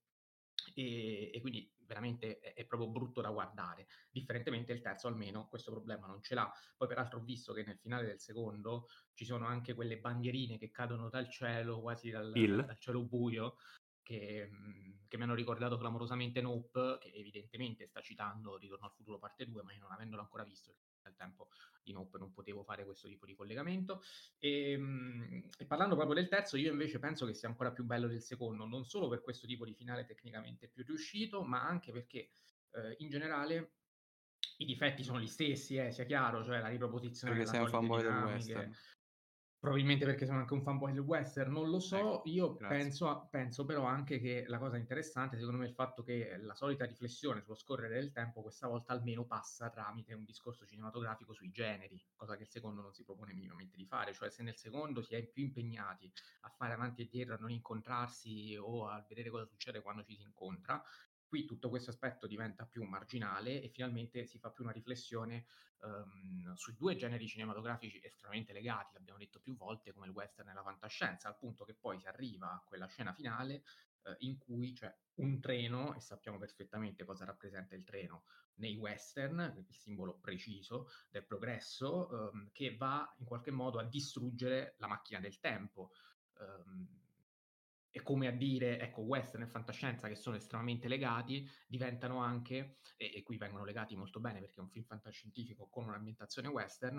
[SPEAKER 1] e, e quindi veramente è, è proprio brutto da guardare. Differentemente il terzo almeno questo problema non ce l'ha. Poi peraltro ho visto che nel finale del secondo ci sono anche quelle bandierine che cadono dal cielo, quasi dal,
[SPEAKER 2] Bill?
[SPEAKER 1] dal cielo buio, che, mh, che mi hanno ricordato clamorosamente Nope, che evidentemente sta citando Ritorno al futuro parte due, ma io non avendolo ancora visto, al tempo di Nope non potevo fare questo tipo di collegamento. E, mh, e parlando proprio del terzo, io invece penso che sia ancora più bello del secondo, non solo per questo tipo di finale tecnicamente più riuscito, ma anche perché eh, in generale i difetti sono gli stessi, eh, sia chiaro, cioè la riproposizione
[SPEAKER 3] Perché
[SPEAKER 1] delle
[SPEAKER 3] sei un
[SPEAKER 1] solite
[SPEAKER 3] fanboy del
[SPEAKER 1] dinamiche.
[SPEAKER 3] western.
[SPEAKER 1] Probabilmente perché sono anche un fanboy del western, non lo
[SPEAKER 3] Ecco,
[SPEAKER 1] so. Io
[SPEAKER 3] grazie.
[SPEAKER 1] penso, penso però anche che la cosa interessante, secondo me, è il fatto che la solita riflessione sullo scorrere del tempo questa volta almeno passa tramite un discorso cinematografico sui generi, cosa che il secondo non si propone minimamente di fare. Cioè, se nel secondo si è più impegnati a fare avanti e dietro, a non incontrarsi o a vedere cosa succede quando ci si incontra, qui tutto questo aspetto diventa più marginale e finalmente si fa più una riflessione ehm, sui due generi cinematografici estremamente legati, l'abbiamo detto più volte, come il western e la fantascienza, al punto che poi si arriva a quella scena finale eh, in cui c'è un treno, e sappiamo perfettamente cosa rappresenta il treno nei western, il simbolo preciso del progresso, ehm, che va in qualche modo a distruggere la macchina del tempo. Ehm, è come a dire, ecco, western e fantascienza che sono estremamente legati, diventano anche, e, e qui vengono legati molto bene perché è un film fantascientifico con un'ambientazione western,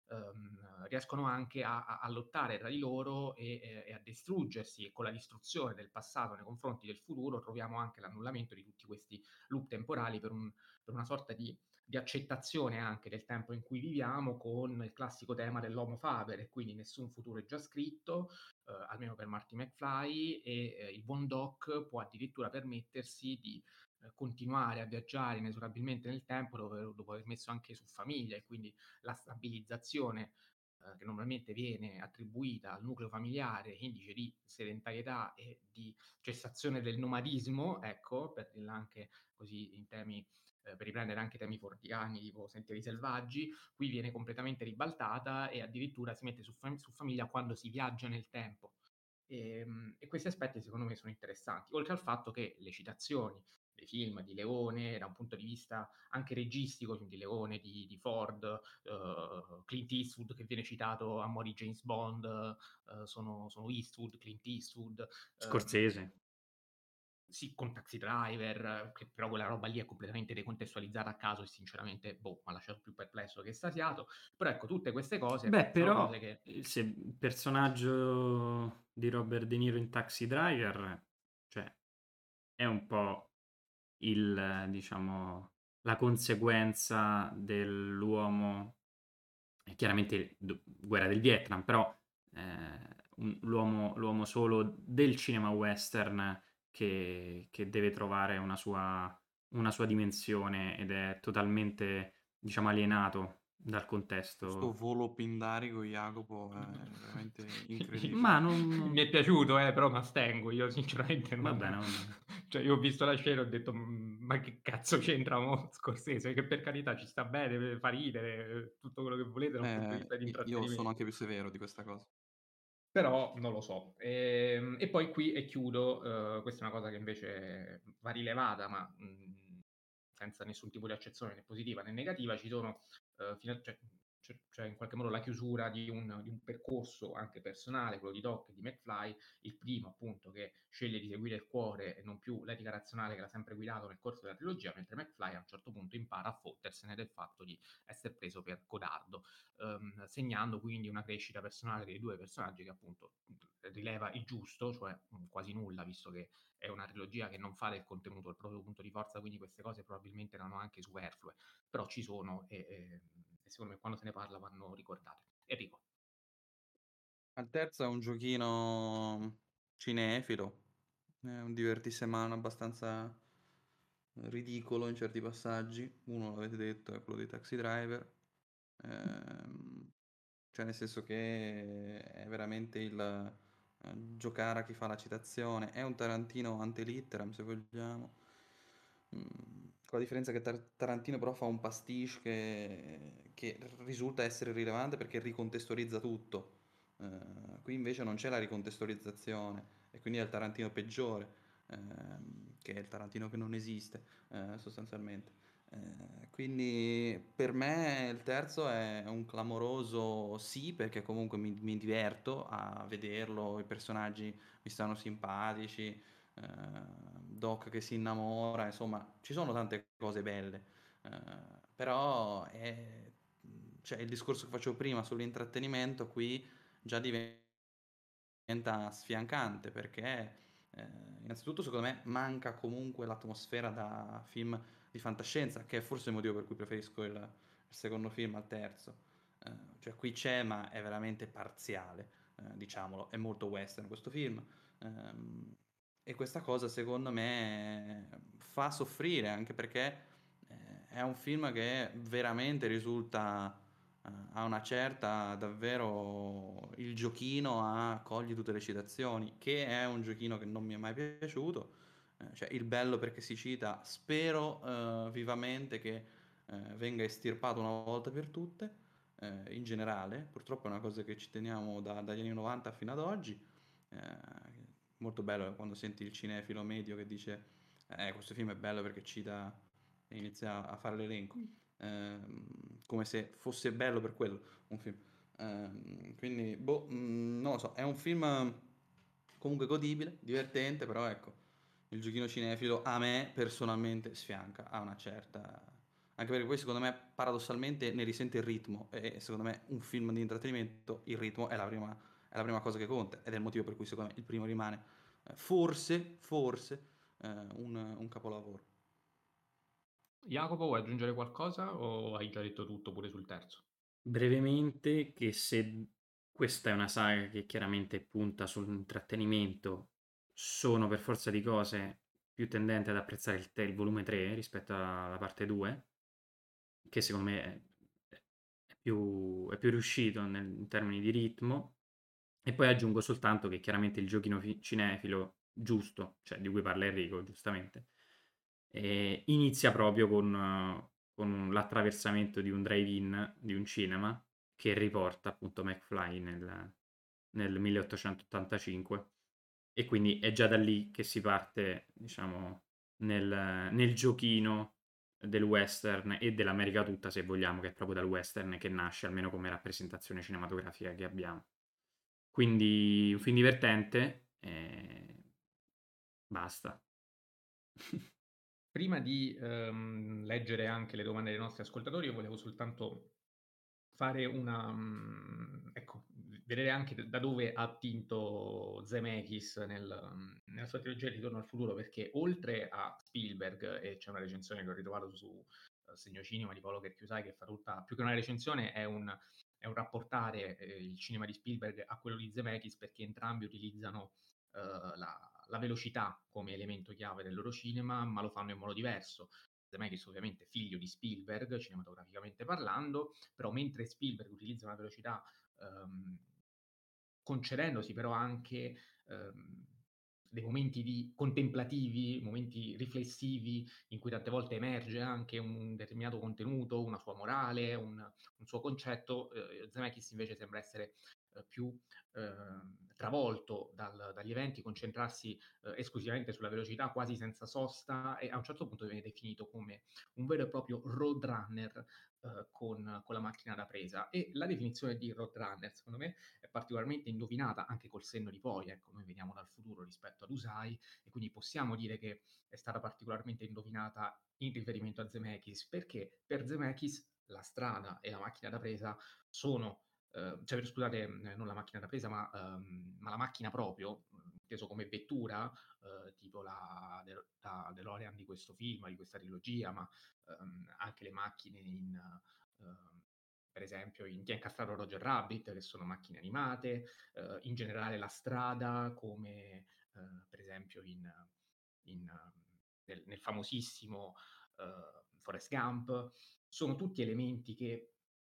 [SPEAKER 1] ehm, riescono anche a, a- a lottare tra di loro e, e- e a distruggersi, e con la distruzione del passato nei confronti del futuro troviamo anche l'annullamento di tutti questi loop temporali per, un- per una sorta di, di accettazione anche del tempo in cui viviamo, con il classico tema dell'homo faber, e quindi nessun futuro è già scritto, eh, almeno per Marty McFly, e eh, il buon Doc può addirittura permettersi di eh, continuare a viaggiare inesorabilmente nel tempo dopo, dopo aver messo anche su famiglia, e quindi la stabilizzazione eh, che normalmente viene attribuita al nucleo familiare, indice di sedentarietà e di cessazione del nomadismo, ecco, per dirla anche così in temi, eh, per riprendere anche temi fordiani tipo Sentieri Selvaggi, qui viene completamente ribaltata e addirittura si mette su, fam- su famiglia quando si viaggia nel tempo. E, e questi aspetti secondo me sono interessanti, oltre al fatto che le citazioni dei film di Leone da un punto di vista anche registico, quindi Leone di, di Ford, uh, Clint Eastwood che viene citato a mo' di James Bond, uh, sono, sono Eastwood, Clint Eastwood, um,
[SPEAKER 2] Scorsese.
[SPEAKER 1] sì, con Taxi Driver, che però quella roba lì è completamente decontestualizzata a caso e sinceramente, boh, mi ha lasciato più perplesso che estasiato. Però ecco, tutte queste cose
[SPEAKER 2] Beh,
[SPEAKER 1] sono cose
[SPEAKER 2] però
[SPEAKER 1] che...
[SPEAKER 2] eh, se il personaggio di Robert De Niro in Taxi Driver, cioè, è un po' il, eh, diciamo, la conseguenza dell'uomo, eh, chiaramente d- guerra del Vietnam, però eh, un- l'uomo, l'uomo solo del cinema western che, che deve trovare una sua, una sua dimensione ed è totalmente, diciamo, alienato dal
[SPEAKER 3] Questo
[SPEAKER 2] contesto.
[SPEAKER 3] volo pindarico, Jacopo, è veramente incredibile.
[SPEAKER 2] Ma non...
[SPEAKER 1] Mi è piaciuto, eh, però mi astengo. Io sinceramente
[SPEAKER 2] Va
[SPEAKER 1] non...
[SPEAKER 2] bene, va bene.
[SPEAKER 1] Cioè, io ho visto la scena e ho detto, "Mm, ma che cazzo c'entra mo Scorsese? Che per carità ci sta bene, fa ridere, tutto quello che volete da un punto di
[SPEAKER 3] Eh,
[SPEAKER 1] vista di
[SPEAKER 3] i- io sono anche
[SPEAKER 1] intrattenimento.
[SPEAKER 3] più severo di questa cosa.
[SPEAKER 1] Però non lo so. Ehm, E, poi qui, e chiudo, eh, questa è una cosa che invece va rilevata, ma mh, senza nessun tipo di accezione né positiva né negativa, ci sono, eh, fino a- cioè, c'è c'è in qualche modo la chiusura di un, di un percorso anche personale, quello di Doc e di McFly, il primo appunto che sceglie di seguire il cuore e non più l'etica razionale che l'ha sempre guidato nel corso della trilogia, mentre McFly a un certo punto impara a fottersene del fatto di essere preso per codardo, ehm, segnando quindi una crescita personale dei due personaggi che appunto rileva il giusto, cioè mh, quasi nulla, visto che è una trilogia che non fa del contenuto il proprio punto di forza, quindi queste cose probabilmente erano anche superflue, però ci sono e, e, e secondo me quando se ne parla vanno ricordate. Enrico.
[SPEAKER 3] Al terzo è un giochino cinefilo, è un divertissemano abbastanza ridicolo in certi passaggi. Uno l'avete detto, è quello dei Taxi Driver. Ehm, cioè nel senso che è veramente il eh, giocare a chi fa la citazione. È un Tarantino ante litteram, se vogliamo. Mm, con la differenza che Tar- Tarantino però fa un pastiche che, che risulta essere rilevante perché ricontestualizza tutto. Eh, qui invece non c'è la ricontestualizzazione e quindi è il Tarantino peggiore, ehm, che è il Tarantino che non esiste, eh, sostanzialmente. Eh, quindi per me il terzo è un clamoroso sì, perché comunque mi, mi diverto a vederlo, i personaggi mi stanno simpatici, eh, Doc che si innamora, insomma, ci sono tante cose belle, eh, però è, cioè, il discorso che facevo prima sull'intrattenimento qui già diventa sfiancante perché eh, innanzitutto secondo me manca comunque l'atmosfera da film di fantascienza, che è forse il motivo per cui preferisco il, il secondo film al terzo. Eh, cioè qui c'è, ma è veramente parziale, eh, diciamolo, è molto western questo film. Ehm, e questa cosa secondo me fa soffrire anche perché eh, è un film che veramente risulta eh, a una certa davvero il giochino a cogli tutte le citazioni, che è un giochino che non mi è mai piaciuto. Eh, cioè il bello perché si cita, spero eh, vivamente che eh, venga estirpato una volta per tutte, eh, in generale, purtroppo è una cosa che ci teniamo da- dagli anni novanta fino ad oggi. Eh, molto bello quando senti il cinefilo medio che dice eh, questo film è bello perché cita e inizia a fare l'elenco, ehm, come se fosse bello per quello un film. Ehm, quindi, boh, mh, non lo so, è un film comunque godibile, divertente, però ecco, il giochino cinefilo a me personalmente sfianca a una certa, anche perché poi secondo me paradossalmente ne risente il ritmo e secondo me un film di intrattenimento, il ritmo è la prima, è la prima cosa che conta ed è il motivo per cui secondo me il primo rimane eh, forse, forse eh, un, un capolavoro.
[SPEAKER 1] Jacopo, vuoi aggiungere qualcosa o hai già detto tutto pure sul terzo?
[SPEAKER 2] Brevemente, che se questa è una saga che chiaramente punta sull'intrattenimento, sono per forza di cose più tendente ad apprezzare il, te- il volume tre rispetto alla parte due, che secondo me è, è più, è più riuscito nel- in termini di ritmo. E poi aggiungo soltanto che chiaramente il giochino fi- cinefilo giusto, cioè di cui parla Enrico, giustamente, eh, inizia proprio con, eh, con l'attraversamento di un drive-in di un cinema che riporta appunto McFly nel, nel milleottocentottantacinque e quindi è già da lì che si parte, diciamo, nel, nel giochino del western e dell'America tutta, se vogliamo, che è proprio dal western che nasce, almeno come rappresentazione cinematografica che abbiamo. Quindi un film divertente e basta.
[SPEAKER 1] Prima di ehm, leggere anche le domande dei nostri ascoltatori, io volevo soltanto fare una, mm, ecco, vedere anche da dove ha attinto Zemeckis nel, mm, nella sua trilogia di Ritorno al futuro, perché oltre a Spielberg, e c'è una recensione che ho ritrovato su eh, Segno Cinema di Paolo Kerchiusai, che fa tutta, più che una recensione, è un, è un rapportare eh, il cinema di Spielberg a quello di Zemeckis, perché entrambi utilizzano eh, la, la velocità come elemento chiave del loro cinema, ma lo fanno in modo diverso. Zemeckis ovviamente figlio di Spielberg, cinematograficamente parlando, però mentre Spielberg utilizza una velocità ehm, concedendosi però anche ehm, dei momenti di contemplativi, momenti riflessivi in cui tante volte emerge anche un determinato contenuto, una sua morale, un, un suo concetto, eh, Zemeckis invece sembra essere eh, più eh, travolto dal, dagli eventi, concentrarsi eh, esclusivamente sulla velocità, quasi senza sosta, e a un certo punto viene definito come un vero e proprio roadrunner eh, con, con la macchina da presa. E la definizione di roadrunner, secondo me, è particolarmente indovinata anche col senno di poi. Ecco, noi veniamo dal futuro rispetto ad Usai, e quindi possiamo dire che è stata particolarmente indovinata in riferimento a Zemeckis, perché per Zemeckis la strada e la macchina da presa sono Uh, cioè, scusate, non la macchina da presa, ma, um, ma la macchina proprio, inteso come vettura, uh, tipo la, De- la DeLorean di questo film, di questa trilogia, ma um, anche le macchine in, uh, per esempio, in Chi ha incastrato Roger Rabbit, che sono macchine animate, uh, in generale la strada, come uh, per esempio in, in, nel, nel famosissimo Forrest Gump, sono tutti elementi che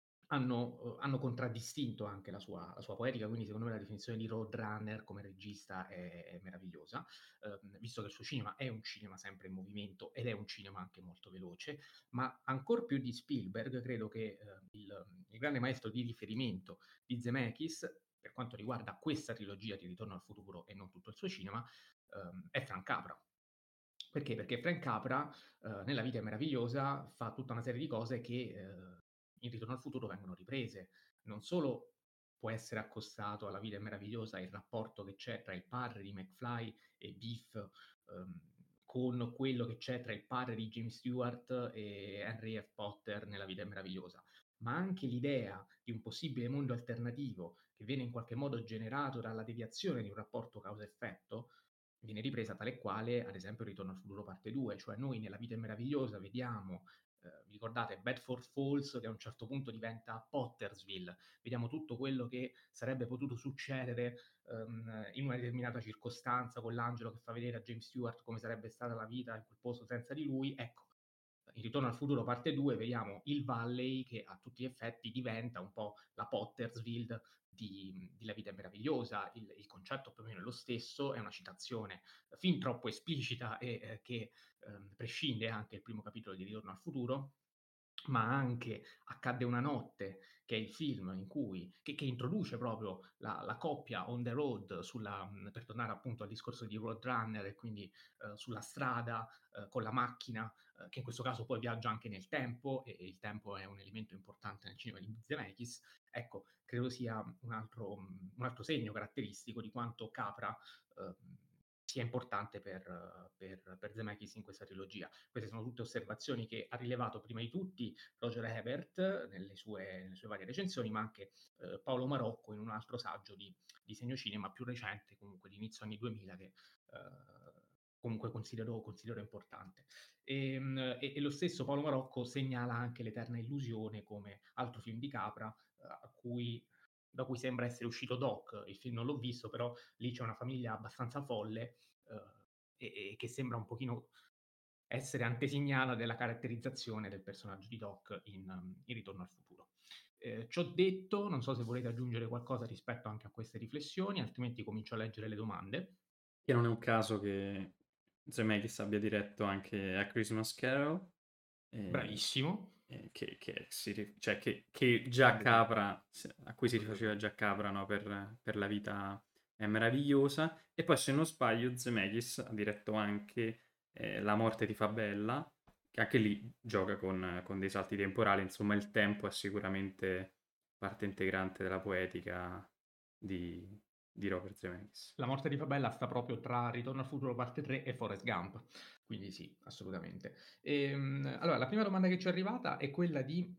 [SPEAKER 1] hanno, hanno contraddistinto anche la sua, la sua poetica, quindi secondo me la definizione di Roadrunner come regista è, è meravigliosa, eh, visto che il suo cinema è un cinema sempre in movimento ed è un cinema anche molto veloce, ma ancor più di Spielberg credo che eh, il, il grande maestro di riferimento di Zemeckis, per quanto riguarda questa trilogia di Ritorno al futuro e non tutto il suo cinema, ehm, è Frank Capra. Perché? Perché Frank Capra, eh, nella vita è meravigliosa, fa tutta una serie di cose che eh, in Ritorno al futuro vengono riprese. Non solo può essere accostato alla vita è meravigliosa il rapporto che c'è tra il padre di McFly e Biff, ehm, con quello che c'è tra il padre di James Stewart e Henry F. Potter nella vita è meravigliosa, ma anche l'idea di un possibile mondo alternativo che viene in qualche modo generato dalla deviazione di un rapporto causa-effetto viene ripresa tale e quale, ad esempio, Ritorno al futuro parte due, cioè noi nella vita è meravigliosa vediamo, eh, vi ricordate, Bedford Falls che a un certo punto diventa Pottersville, vediamo tutto quello che sarebbe potuto succedere ehm, in una determinata circostanza con l'angelo che fa vedere a James Stewart come sarebbe stata la vita in quel posto senza di lui, ecco, in Ritorno al futuro parte due vediamo il Valley che a tutti gli effetti diventa un po' la Pottersville di, di La vita è meravigliosa, il, il, concetto più o meno è lo stesso, è una citazione fin troppo esplicita e eh, che eh, prescinde anche il primo capitolo di Ritorno al futuro, ma anche Accadde una notte, che è il film in cui, che, che introduce proprio la, la coppia on the road, sulla, per tornare appunto al discorso di Roadrunner, e quindi eh, sulla strada eh, con la macchina, eh, che in questo caso poi viaggia anche nel tempo, e, e il tempo è un elemento importante nel cinema di Zemeckis. Ecco, credo sia un altro, un altro segno caratteristico di quanto Capra eh, sia importante per, per, per Zemeckis in questa trilogia. Queste sono tutte osservazioni che ha rilevato prima di tutti Roger Ebert nelle sue, nelle sue varie recensioni, ma anche eh, Paolo Marocco in un altro saggio di, di segno cinema più recente, comunque di inizio anni duemila, che eh, comunque considero, considero importante. E, e, e lo stesso Paolo Marocco segnala anche L'Eterna Illusione come altro film di Capra eh, a cui da cui sembra essere uscito Doc. Il film non l'ho visto, però lì c'è una famiglia abbastanza folle eh, e, e che sembra un pochino essere antesignana della caratterizzazione del personaggio di Doc in, um, in Ritorno al futuro. Eh, ciò detto, non so se volete aggiungere qualcosa rispetto anche a queste riflessioni, altrimenti comincio a leggere le domande.
[SPEAKER 2] Che non è un caso che Zemeckis abbia diretto anche A Christmas Carol. eh,
[SPEAKER 1] Bravissimo.
[SPEAKER 2] eh, che, che si ri- cioè che, che già
[SPEAKER 3] Grande
[SPEAKER 2] Capra, se- a cui si
[SPEAKER 3] Tutto
[SPEAKER 2] rifaceva
[SPEAKER 3] qui.
[SPEAKER 2] già Capra, no, per, per La vita è meravigliosa. E poi, se non sbaglio, Zemeckis ha diretto anche eh, La morte ti fa bella, che anche lì gioca con, con dei salti temporali. Insomma, il tempo è sicuramente parte integrante della poetica di, di Robert Zemeckis.
[SPEAKER 1] La morte di Fabella sta proprio tra Ritorno al futuro parte tre e Forrest Gump, quindi sì, assolutamente. Ehm, allora, la prima domanda che ci è arrivata è quella di...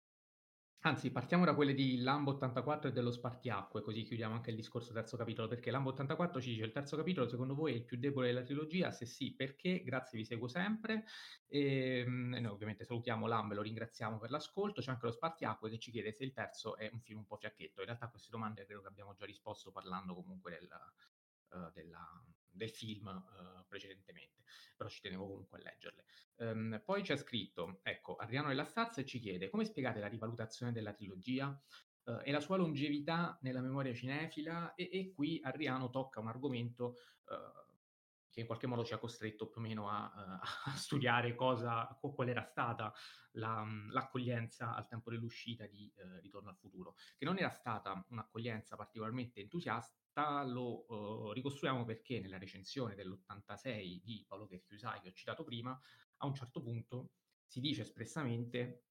[SPEAKER 1] Anzi, partiamo da quelle di Lambo ottantaquattro e dello spartiacque, così chiudiamo anche il discorso terzo capitolo, perché Lambo ottantaquattro ci dice: il terzo capitolo secondo voi è il più debole della trilogia? Se sì, perché? Grazie, vi seguo sempre. Ehm, E, noi ovviamente salutiamo Lambo e lo ringraziamo per l'ascolto. C'è anche lo spartiacque che ci chiede se il terzo è un film un po' fiacchetto. In realtà a queste domande credo che abbiamo già risposto parlando comunque del, eh, della- del film eh, precedentemente, però ci tenevo comunque a leggerle. Um, poi c'è scritto, ecco, Adriano della Stazza ci chiede: come spiegate la rivalutazione della trilogia uh, e la sua longevità nella memoria cinefila? E, e qui Adriano tocca un argomento uh, che in qualche modo ci ha costretto più o meno a, uh, a studiare cosa, qual era stata la, l'accoglienza al tempo dell'uscita di uh, Ritorno al futuro, che non era stata un'accoglienza particolarmente entusiasta. Lo uh, ricostruiamo perché nella recensione dell'ottantasei di Paolo Kerchiusai, che ho citato prima, a un certo punto si dice espressamente,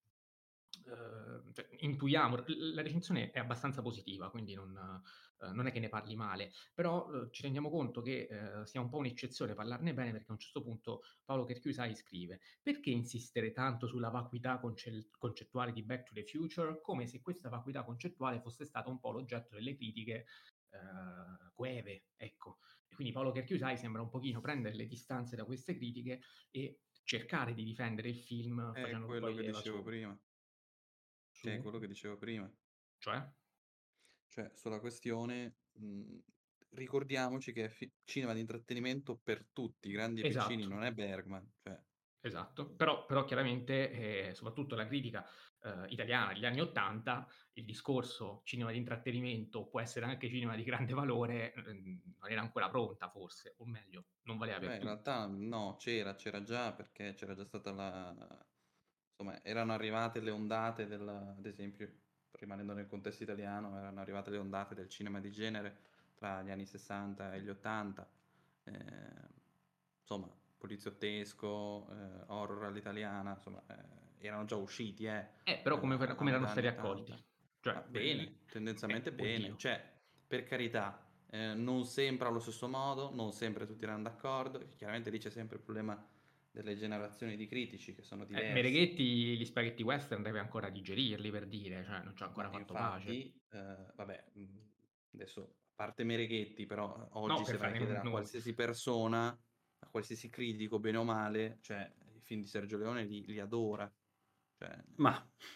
[SPEAKER 1] eh, cioè, intuiamo, la recensione è abbastanza positiva, quindi non, eh, non è che ne parli male, però eh, ci rendiamo conto che eh, sia un po' un'eccezione parlarne bene, perché a un certo punto Paolo Kerchiusai scrive: perché insistere tanto sulla vacuità conce- concettuale di Back to the Future, come se questa vacuità concettuale fosse stata un po' l'oggetto delle critiche eh, coeve, ecco. E quindi Paolo Kerchiusai sembra un pochino prendere le distanze da queste critiche e cercare di difendere il film
[SPEAKER 3] È
[SPEAKER 1] facendo
[SPEAKER 3] quello
[SPEAKER 1] poi
[SPEAKER 3] che
[SPEAKER 1] leva
[SPEAKER 3] dicevo
[SPEAKER 1] su,
[SPEAKER 3] prima. Che è
[SPEAKER 1] su,
[SPEAKER 3] quello che dicevo prima.
[SPEAKER 1] cioè?
[SPEAKER 3] Cioè, sulla questione, mh, ricordiamoci che è fi- cinema di intrattenimento per tutti, grandi e piccini,
[SPEAKER 1] Esatto.
[SPEAKER 3] non è Bergman. Cioè,
[SPEAKER 1] Esatto, però, però chiaramente, eh, soprattutto la critica eh, italiana degli anni Ottanta, il discorso cinema di intrattenimento può essere anche cinema di grande valore, ehm, non era ancora pronta forse, o meglio, non valeva per
[SPEAKER 3] beh, in
[SPEAKER 1] tutti.
[SPEAKER 3] realtà no, c'era, c'era già perché c'era già stata la... Insomma, erano arrivate le ondate del, ad esempio, rimanendo nel contesto italiano, erano arrivate le ondate del cinema di genere tra gli anni sessanta e gli ottanta. Eh, insomma, poliziottesco, eh, horror all'italiana, insomma, eh, erano già usciti, eh,
[SPEAKER 1] Eh, però come,
[SPEAKER 3] a,
[SPEAKER 1] come
[SPEAKER 3] a
[SPEAKER 1] erano
[SPEAKER 3] metà anni
[SPEAKER 1] stati accolti?
[SPEAKER 3] ottanta. Ma
[SPEAKER 1] Cioè,
[SPEAKER 3] bene,
[SPEAKER 1] eh,
[SPEAKER 3] tendenzialmente bene,
[SPEAKER 1] oddio.
[SPEAKER 3] cioè, per carità, eh, non sempre allo stesso modo, non sempre tutti erano d'accordo, chiaramente lì c'è sempre il problema delle generazioni di critici che sono
[SPEAKER 1] Eh,
[SPEAKER 3] diverse.
[SPEAKER 1] Mereghetti gli spaghetti western deve ancora digerirli, per dire, cioè non ci ha
[SPEAKER 3] Ma
[SPEAKER 1] ancora fatto pace.
[SPEAKER 3] infatti, eh, vabbè, mh, adesso, a parte Mereghetti, però eh,
[SPEAKER 1] No,
[SPEAKER 3] oggi
[SPEAKER 1] per
[SPEAKER 3] se vai a
[SPEAKER 1] fare un
[SPEAKER 3] chiedere a
[SPEAKER 1] nome.
[SPEAKER 3] qualsiasi persona, a qualsiasi critico, bene o male, cioè, i film di Sergio Leone li, li adora. Cioè,
[SPEAKER 2] Ma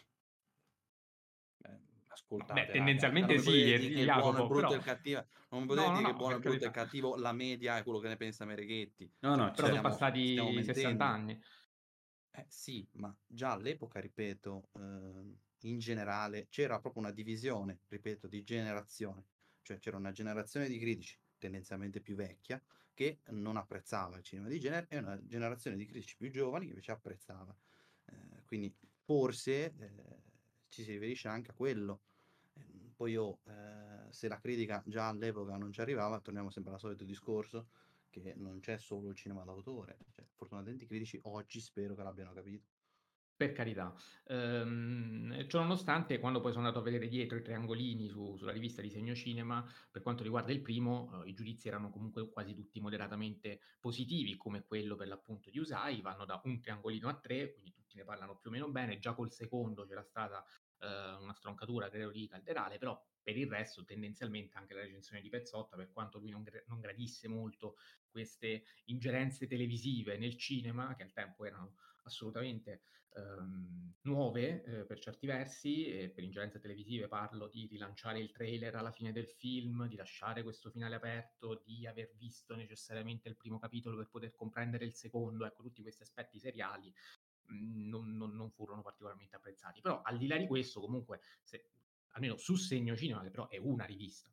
[SPEAKER 3] eh,
[SPEAKER 1] Beh,
[SPEAKER 3] ascoltate, raga, cioè, non
[SPEAKER 1] tendenzialmente
[SPEAKER 3] mi
[SPEAKER 1] sì,
[SPEAKER 3] potete
[SPEAKER 1] eh,
[SPEAKER 3] dire che il buono, il
[SPEAKER 1] Jacopo,
[SPEAKER 3] brutto e
[SPEAKER 1] però...
[SPEAKER 3] il cattivo, non mi
[SPEAKER 1] No,
[SPEAKER 3] potete
[SPEAKER 1] no,
[SPEAKER 3] dire che il
[SPEAKER 1] no,
[SPEAKER 3] buono,
[SPEAKER 1] per
[SPEAKER 3] il brutto e il
[SPEAKER 1] carità.
[SPEAKER 3] cattivo, la media è quello che ne pensa Mereghetti.
[SPEAKER 2] no,
[SPEAKER 3] Cioè,
[SPEAKER 2] no,
[SPEAKER 3] ci
[SPEAKER 1] Però sono
[SPEAKER 2] certo.
[SPEAKER 3] stiamo, ci stiamo
[SPEAKER 1] passati sessanta
[SPEAKER 3] mentendo.
[SPEAKER 1] anni.
[SPEAKER 3] Eh sì, ma già all'epoca, ripeto, eh, in generale c'era proprio una divisione, ripeto, di generazione, cioè c'era una generazione di critici tendenzialmente più vecchia che non apprezzava il cinema di genere e una generazione di critici più giovani che invece apprezzava. Eh, quindi forse eh, ci si riferisce anche a quello. Eh, Poi oh, eh, se la critica già all'epoca non ci arrivava, torniamo sempre al solito discorso che non c'è solo il cinema d'autore, cioè, fortunatamente i critici oggi spero che l'abbiano capito.
[SPEAKER 1] Per carità. Ehm, ciò nonostante, quando poi sono andato a vedere dietro i triangolini su sulla rivista Disegno Cinema, per quanto riguarda il primo, uhm, i giudizi erano comunque quasi tutti moderatamente positivi, come quello per l'appunto di Usai, vanno da un triangolino a tre, quindi tutti ne parlano più o meno bene. Già col secondo c'era stata, ehm, una stroncatura credo di Calderale, però per il resto tendenzialmente anche la recensione di Pezzotta, per quanto lui non gr non gradisse molto queste ingerenze televisive nel cinema, che al tempo erano assolutamente ehm, nuove, ehm, per certi versi, e per ingerenze televisive parlo di rilanciare il trailer alla fine del film, di lasciare questo finale aperto, di aver visto necessariamente il primo capitolo per poter comprendere il secondo, ecco tutti questi aspetti seriali, mhmm, non non non furono particolarmente apprezzati. Però al di là di questo comunque se almeno su Segno Cinema, che però è una rivista,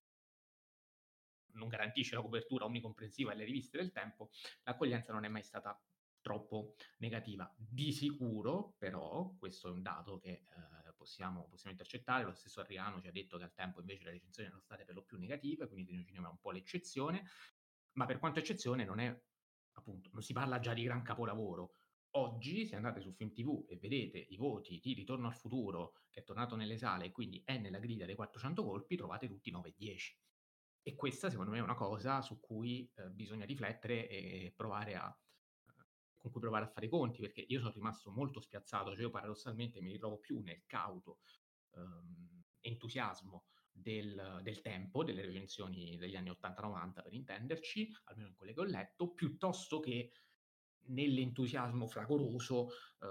[SPEAKER 1] non garantisce la copertura omnicomprensiva delle riviste del tempo, l'accoglienza non è mai stata troppo negativa. Di sicuro, però, questo è un dato che eh, possiamo, possiamo intercettare, lo stesso Arriano ci ha detto che al tempo invece le recensioni erano state per lo più negative, quindi Dino Cinema è un po' l'eccezione, ma per quanto eccezione non è, appunto, non si parla già di gran capolavoro. Oggi, se andate su Film T V e vedete i voti di Ritorno al futuro, che è tornato nelle sale e quindi è nella griglia dei quattrocento colpi, trovate tutti nove e dieci. E questa secondo me è una cosa su cui, ehm, bisogna riflettere e provare a ehm, con cui provare a fare i conti, perché io sono rimasto molto spiazzato, cioè io paradossalmente mi ritrovo più nel cauto, ehm, entusiasmo del del tempo, delle recensioni degli anni 'ottanta 'novanta per intenderci, almeno in quelle che ho letto, piuttosto che nell'entusiasmo fragoroso,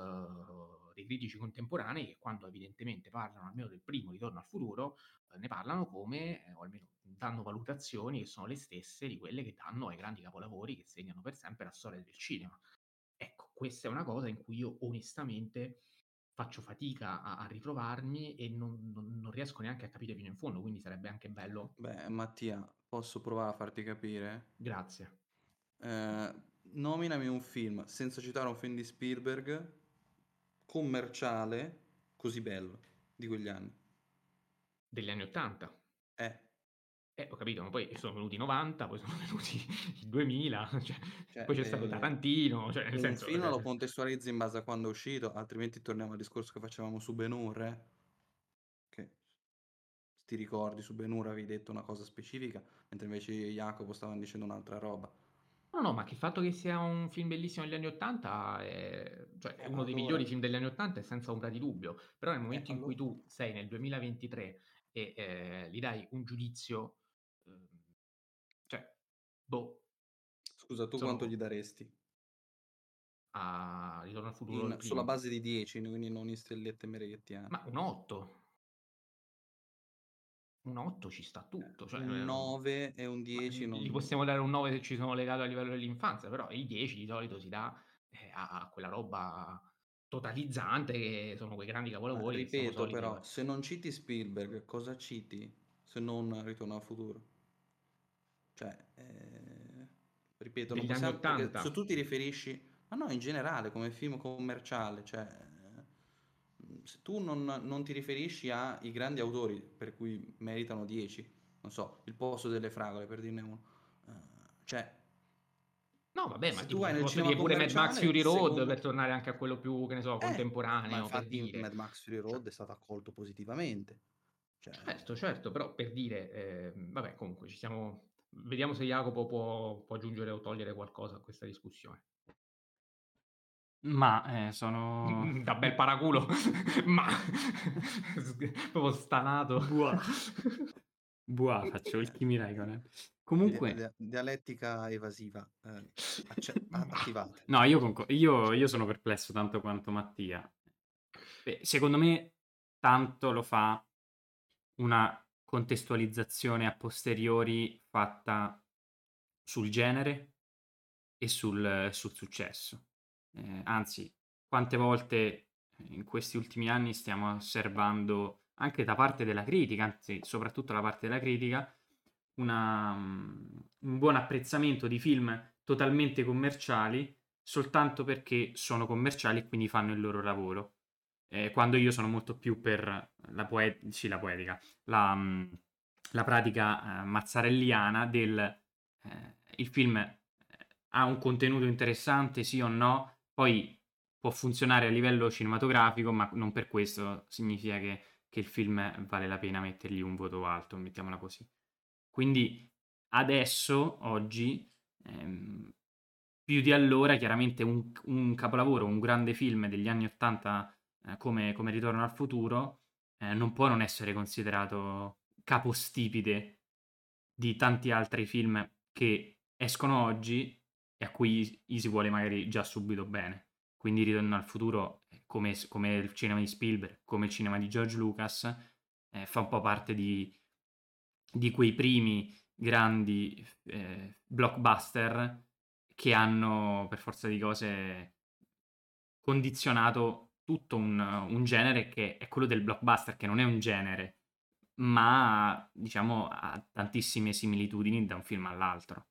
[SPEAKER 1] uhm, dei critici contemporanei che quando evidentemente parlano almeno del primo Ritorno al futuro, ehm, ne parlano come ehm, o almeno danno valutazioni che sono le stesse di quelle che danno ai grandi capolavori che segnano per sempre la storia del cinema. Ecco, questa è una cosa in cui io onestamente faccio fatica a a ritrovarmi e non non non riesco neanche a capire fino in fondo, quindi sarebbe anche bello.
[SPEAKER 3] Beh, Mattia, posso provare a farti capire?
[SPEAKER 1] Grazie.
[SPEAKER 3] Eh, nominami un film, senza citare un film di Spielberg, commerciale, così bello, di quegli anni.
[SPEAKER 1] Degli anni 'ottanta.
[SPEAKER 3] Eh,
[SPEAKER 1] Eh, ho capito, ma poi sono venuti i 'novanta, poi sono venuti i duemila, cioè
[SPEAKER 3] cioè,
[SPEAKER 1] poi c'è stato
[SPEAKER 3] eh,
[SPEAKER 1] Tarantino, cioè nel
[SPEAKER 3] un
[SPEAKER 1] senso,
[SPEAKER 3] film
[SPEAKER 1] ehm,
[SPEAKER 3] lo contestualizzi in base a quando è uscito, altrimenti torniamo al discorso che facevamo su Ben-Hur, eh? Che se ti ricordi, su Ben-Hur avevi detto una cosa specifica, mentre invece Jacopo stavano dicendo un'altra roba.
[SPEAKER 1] no, no, ma che il fatto che sia un film bellissimo degli anni 'ottanta è cioè è
[SPEAKER 3] Eh,
[SPEAKER 1] uno dei migliori
[SPEAKER 3] allora,
[SPEAKER 1] film degli anni 'ottanta è senza ombra di dubbio, però nel
[SPEAKER 3] eh,
[SPEAKER 1] momento in cui
[SPEAKER 3] allora.
[SPEAKER 1] tu sei nel duemilaventitré e, ehm, gli dai un giudizio, uhm, cioè, boh,
[SPEAKER 3] Scusa, tu quanto gli
[SPEAKER 1] sono
[SPEAKER 3] daresti?
[SPEAKER 1] a Ritorno al futuro il
[SPEAKER 3] In- sulla
[SPEAKER 1] primo,
[SPEAKER 3] base di dieci, quindi non in stellette mereghettiane.
[SPEAKER 1] ma un otto, un otto ci sta
[SPEAKER 3] Eh,
[SPEAKER 1] tutto, cioè,
[SPEAKER 3] un
[SPEAKER 1] ehm,
[SPEAKER 3] nove e un
[SPEAKER 1] ma
[SPEAKER 3] dieci
[SPEAKER 1] gli
[SPEAKER 3] non...
[SPEAKER 1] possiamo dare un nove se ci sono legato a livello dell'infanzia, però il dieci di solito si dà, ehm, a a quella roba totalizzante che sono quei grandi
[SPEAKER 3] Ma
[SPEAKER 1] capolavori che siamo
[SPEAKER 3] ripeto
[SPEAKER 1] soliti
[SPEAKER 3] però, se non citi Spielberg, cosa citi se non Ritorno al futuro? Cioè, eh, ripeto, non
[SPEAKER 1] degli anni
[SPEAKER 3] possiamo... Perché se
[SPEAKER 1] 'ottanta.
[SPEAKER 3] tu ti riferisci... Ma no, in generale, come film commerciale, cioè... eh, se tu non, non ti riferisci ai grandi autori, per cui meritano dieci, non so, Il posto delle fragole, per dirne uno, eh, cioè...
[SPEAKER 1] No vabbè, ma
[SPEAKER 3] Se tu
[SPEAKER 1] tipo
[SPEAKER 3] vai
[SPEAKER 1] ti
[SPEAKER 3] nel
[SPEAKER 1] posso
[SPEAKER 3] cinema
[SPEAKER 1] dire pure Mad Max
[SPEAKER 3] commerciale,
[SPEAKER 1] Fury Road per
[SPEAKER 3] secondo...
[SPEAKER 1] tornare anche a quello più, che ne so,
[SPEAKER 3] Eh, ma
[SPEAKER 1] contemporaneo, per
[SPEAKER 3] infatti
[SPEAKER 1] dire.
[SPEAKER 3] Mad Max Fury
[SPEAKER 1] Cioè
[SPEAKER 3] Road è stato accolto positivamente. Cioè,
[SPEAKER 1] certo, certo, però per dire, ehm, vabbè comunque ci siamo vediamo se Jacopo può può aggiungere o togliere qualcosa a questa discussione.
[SPEAKER 2] Ma, eh, sono
[SPEAKER 1] Mh-mh, da bel paraculo, ma s proprio stanato.
[SPEAKER 2] buah, buah, faccio il Kimi Räikkönen.
[SPEAKER 3] dia-
[SPEAKER 2] Comunque,
[SPEAKER 3] dia- dialettica evasiva eh, acce- a-
[SPEAKER 1] Ma
[SPEAKER 3] attivata.
[SPEAKER 2] no, io, conco- io, io sono perplesso tanto quanto Mattia. Beh, secondo me, tanto lo fa una contestualizzazione a posteriori fatta sul genere e sul, sul successo. Eh, anzi, quante volte in questi ultimi anni stiamo osservando anche da parte della critica, anzi, soprattutto da parte della critica, una, mm, un buon apprezzamento di film totalmente commerciali soltanto perché sono commerciali e quindi fanno il loro lavoro. Eh, quando io sono molto più per la, poe- sì, la poetica, la, mm, la pratica eh, mazzarelliana del eh, il film eh, ha un contenuto interessante, sì o no, poi può funzionare a livello cinematografico, ma non per questo significa che, che il film vale la pena mettergli un voto alto, mettiamola così. Quindi adesso, oggi, ehm, più di allora, chiaramente un, un capolavoro, un grande film degli anni Ottanta eh, come, come Ritorno al futuro, eh, non può non essere considerato capostipite di tanti altri film che escono oggi e a cui gli si vuole magari già subito bene. Quindi Ritorno al futuro, eh, come, come il cinema di Spielberg, come il cinema di George Lucas, eh, fa un po' parte di, di quei primi grandi eh, blockbuster che hanno per forza di cose condizionato tutto un, un genere che è quello del blockbuster, che non è un genere, ma diciamo ha tantissime similitudini da un film all'altro.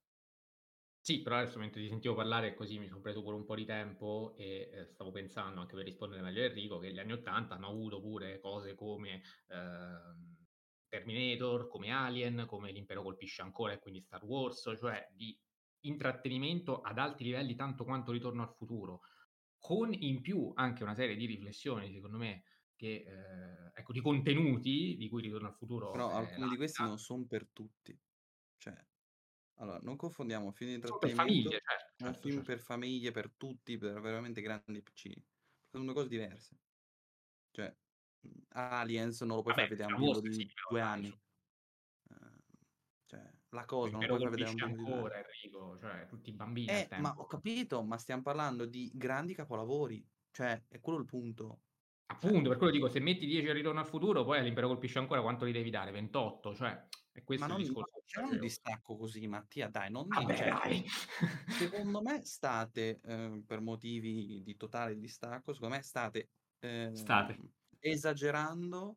[SPEAKER 1] Sì, però adesso mentre ti sentivo parlare così mi sono preso pure un po' di tempo e eh, stavo pensando, anche per rispondere meglio a Enrico, che gli anni Ottanta hanno avuto pure cose come ehm, Terminator, come Alien, come L'Impero colpisce ancora e quindi Star Wars, cioè di intrattenimento ad alti livelli tanto quanto Ritorno al futuro, con in più anche una serie di riflessioni, secondo me, che, eh, ecco, di contenuti di cui Ritorno al futuro
[SPEAKER 3] Però
[SPEAKER 1] è
[SPEAKER 3] alcuni di questi
[SPEAKER 1] l'habitat.
[SPEAKER 3] non son per tutti. Cioè, allora, non confondiamo un film di
[SPEAKER 1] Solo per famiglie,
[SPEAKER 3] intrattenimento
[SPEAKER 1] certo,
[SPEAKER 3] con un
[SPEAKER 1] certo,
[SPEAKER 3] film
[SPEAKER 1] certo.
[SPEAKER 3] per famiglie, per tutti, per veramente grandi e piccini. Sono due cose diverse. Cioè, mhmm, Aliens non lo puoi
[SPEAKER 1] Vabbè,
[SPEAKER 3] far vedere a un
[SPEAKER 1] Star
[SPEAKER 3] bimbo
[SPEAKER 1] Wars sì,
[SPEAKER 3] di
[SPEAKER 1] però
[SPEAKER 3] due
[SPEAKER 1] dai,
[SPEAKER 3] anni.
[SPEAKER 1] su.
[SPEAKER 3] Ehm, cioè, La Cosa non lo
[SPEAKER 1] L'impero
[SPEAKER 3] puoi far vedere a un
[SPEAKER 1] colpisce
[SPEAKER 3] bimbo di due
[SPEAKER 1] ancora,
[SPEAKER 3] anni.
[SPEAKER 1] Enrico, cioè tutti i bambini al
[SPEAKER 3] Eh, ma ho
[SPEAKER 1] tempo.
[SPEAKER 3] capito, ma stiam parlando di grandi capolavori. Cioè, è quello il punto. Cioè,
[SPEAKER 1] Appunto, per quello dico, se metti dieci a Ritorno al futuro, poi all'Impero colpisce ancora quanto li devi dare? ventotto, cioè è
[SPEAKER 3] ma
[SPEAKER 1] questo il
[SPEAKER 3] non non
[SPEAKER 1] discorso che
[SPEAKER 3] c'è un
[SPEAKER 1] facevo.
[SPEAKER 3] distacco così, Mattia, dai, non mi
[SPEAKER 1] Vabbè
[SPEAKER 3] cioè,
[SPEAKER 1] dai!
[SPEAKER 3] secondo me state, ehm, per motivi di totale distacco, secondo me state,
[SPEAKER 2] State.
[SPEAKER 3] ehm, esagerando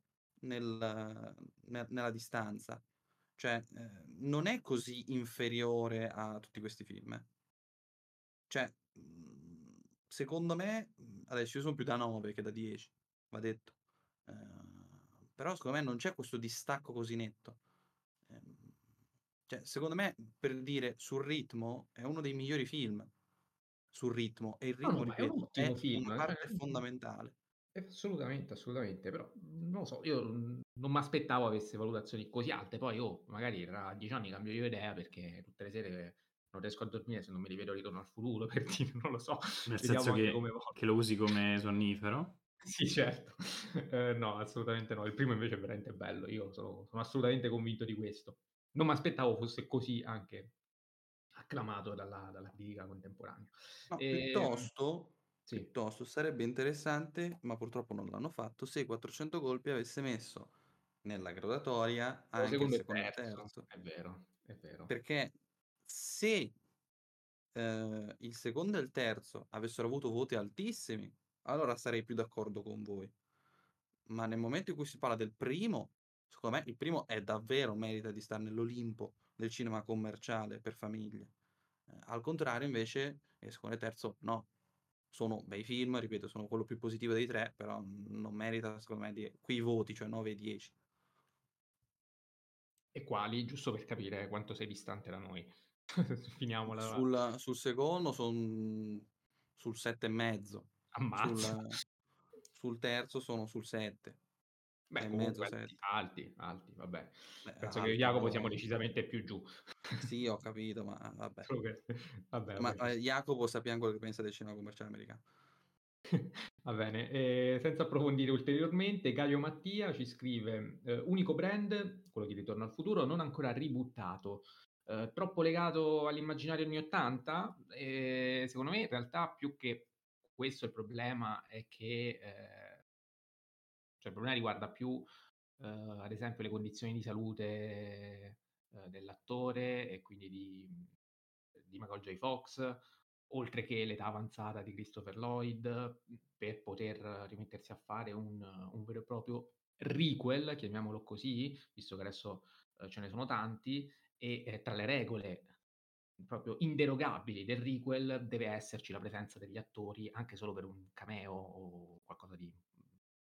[SPEAKER 3] nel ne nella distanza. Cioè, ehm, non è così inferiore a tutti questi film, eh. Cioè, mhmm, secondo me, mhmm, adesso io son più da nove che da dieci, va detto. Ehm, però secondo me non c'è questo distacco così netto. Ehm, cioè, secondo me, per dire sul ritmo, è uno dei migliori film sul ritmo e il
[SPEAKER 1] No, no,
[SPEAKER 3] ritmo,
[SPEAKER 1] ma è un
[SPEAKER 3] ripeto,
[SPEAKER 1] ottimo
[SPEAKER 3] è una
[SPEAKER 1] film, cioè
[SPEAKER 3] parte fondamentale.
[SPEAKER 1] assolutamente, assolutamente, però, mhmm, non lo so, io, mhmm, non m'aspettavo avesse valutazioni così alte. Poi, oh, magari tra dieci anni cambio io idea perché tutte le sere non riesco a dormire se non mi rivedo Ritorno al futuro, per dire, non lo so,
[SPEAKER 2] Nel
[SPEAKER 1] vediamo
[SPEAKER 2] senso
[SPEAKER 1] anche come
[SPEAKER 2] che,
[SPEAKER 1] evolve.
[SPEAKER 2] che lo usi come sonnifero.
[SPEAKER 1] Sì, certo. Ehm, no, assolutamente no. Il primo invece è veramente bello. Io sono sono assolutamente convinto di questo. Non m'aspettavo fosse così anche acclamato dalla dalla critica contemporanea.
[SPEAKER 3] No,
[SPEAKER 1] Ehm,
[SPEAKER 3] piuttosto
[SPEAKER 1] sì,
[SPEAKER 3] piuttosto sarebbe interessante, ma purtroppo non l'hanno fatto, se quattrocento colpi avesse messo nella graduatoria
[SPEAKER 1] solo
[SPEAKER 3] anche il
[SPEAKER 1] secondo e
[SPEAKER 3] secondo e il
[SPEAKER 1] terzo,
[SPEAKER 3] terzo.
[SPEAKER 1] è vero, è vero.
[SPEAKER 3] Perché se, ehm, il secondo e il terzo avessero avuto voti altissimi, allora sarei più d'accordo con voi. Ma nel momento in cui si parla del primo, secondo me il primo è davvero merita di star nell'Olimpo del cinema commerciale per famiglie. Ehm, al contrario invece il secondo e il terzo no. Sono bei film, ripeto, sono quello più positivo dei tre, però, mhmm, non merita secondo me di quei voti, cioè nove e dieci.
[SPEAKER 1] E quali? Giusto per capire quanto sei distante da noi. Finiamola
[SPEAKER 3] Sul sul secondo son sul sette e mezzo,
[SPEAKER 1] ammazza.
[SPEAKER 3] sul sul terzo sono sul sette,
[SPEAKER 1] Beh,
[SPEAKER 3] sei e mezzo,
[SPEAKER 1] comunque alti,
[SPEAKER 3] sette.
[SPEAKER 1] alti, alti, vabbè.
[SPEAKER 3] Beh,
[SPEAKER 1] Penso che io e
[SPEAKER 3] alti
[SPEAKER 1] Jacopo siamo
[SPEAKER 3] però
[SPEAKER 1] decisamente più giù.
[SPEAKER 3] sì, ho capito, ma vabbè.
[SPEAKER 1] Solo che vabbè,
[SPEAKER 3] Ma,
[SPEAKER 1] vabbè, ci
[SPEAKER 3] ehm,
[SPEAKER 1] sta.
[SPEAKER 3] Jacopo sappiamo quello che pensa del cinema commerciale americano.
[SPEAKER 1] Va bene, ehm, senza approfondire ulteriormente, Gaio Mattia ci scrive: ehm, "Unico brand, quello di Ritorno al futuro, non ancora ributtato. Ehm, troppo legato all'immaginario anni 'ottanta?" Ehm, secondo me in realtà più che questo il problema è che, ehm, cioè il problema riguarda più, ehm, ad esempio le condizioni di salute, ehm, dell'attore e quindi di mhmm, di Michael J. Fox, oltre che l'età avanzata di Christopher Lloyd, mhmm, per poter rimettersi a fare un un vero e proprio requel, chiamiamolo così, visto che adesso, ehm, ce ne sono tanti e, ehm, tra le regole proprio inderogabili del requel deve esserci la presenza degli attori anche solo per un cameo o qualcosa di, mhmm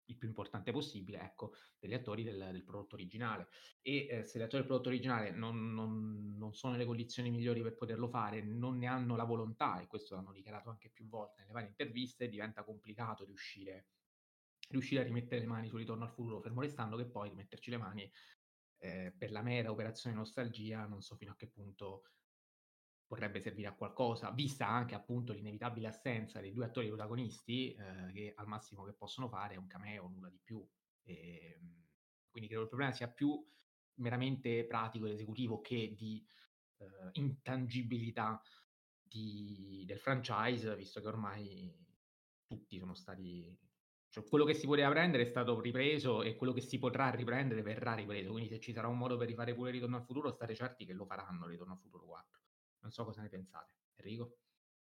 [SPEAKER 1] il più importante possibile, ecco, degli attori del del prodotto originale. E, ehm, se gli attori del prodotto originale non non non sono nelle condizioni migliori per poterlo fare, non ne hanno la volontà, e questo l'hanno dichiarato anche più volte nelle varie interviste, diventa complicato riuscire riuscire a rimettere le mani su Ritorno al futuro, fermo restando che poi rimetterci le mani, ehm, per la mera operazione nostalgia, non so fino a che punto potrebbe servire a qualcosa, vista anche appunto l'inevitabile assenza dei due attori protagonisti, ehm, che al massimo che possono fare è un cameo, nulla di più. Ehm, quindi credo il problema sia più meramente pratico ed esecutivo che di, ehm, intangibilità di del franchise, visto che ormai tutti sono stati, cioè quello che si poteva prendere è stato ripreso e quello che si potrà riprendere verrà ripreso. Quindi se ci sarà un modo per rifare pure Ritorno al futuro, state certi che lo faranno Ritorno al futuro quattro. Non so cosa ne pensate. Enrico?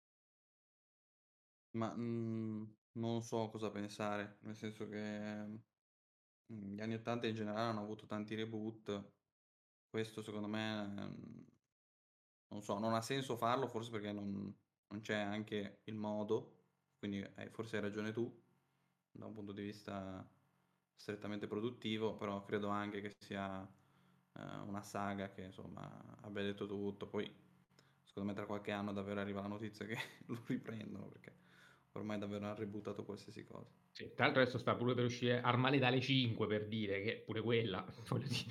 [SPEAKER 3] Ma, mhmm, non so cosa pensare, nel senso che, mhmm, gli anni 'ottanta in generale hanno avuto tanti reboot. Questo secondo me, mhmm, non so, non ha senso farlo, forse perché non non c'è anche il modo, quindi hai forse hai ragione tu, da un punto di vista strettamente produttivo, però credo anche che sia, ehm, una saga che insomma abbia detto tutto. Poi secondo me tra qualche anno davvero arriva la notizia che lo riprendono, perché ormai davvero han rebootato qualsiasi cosa.
[SPEAKER 1] Sì, tra l'altro adesso sta pure per uscire Arma Letale cinque, per dire, che pure quella, voglio di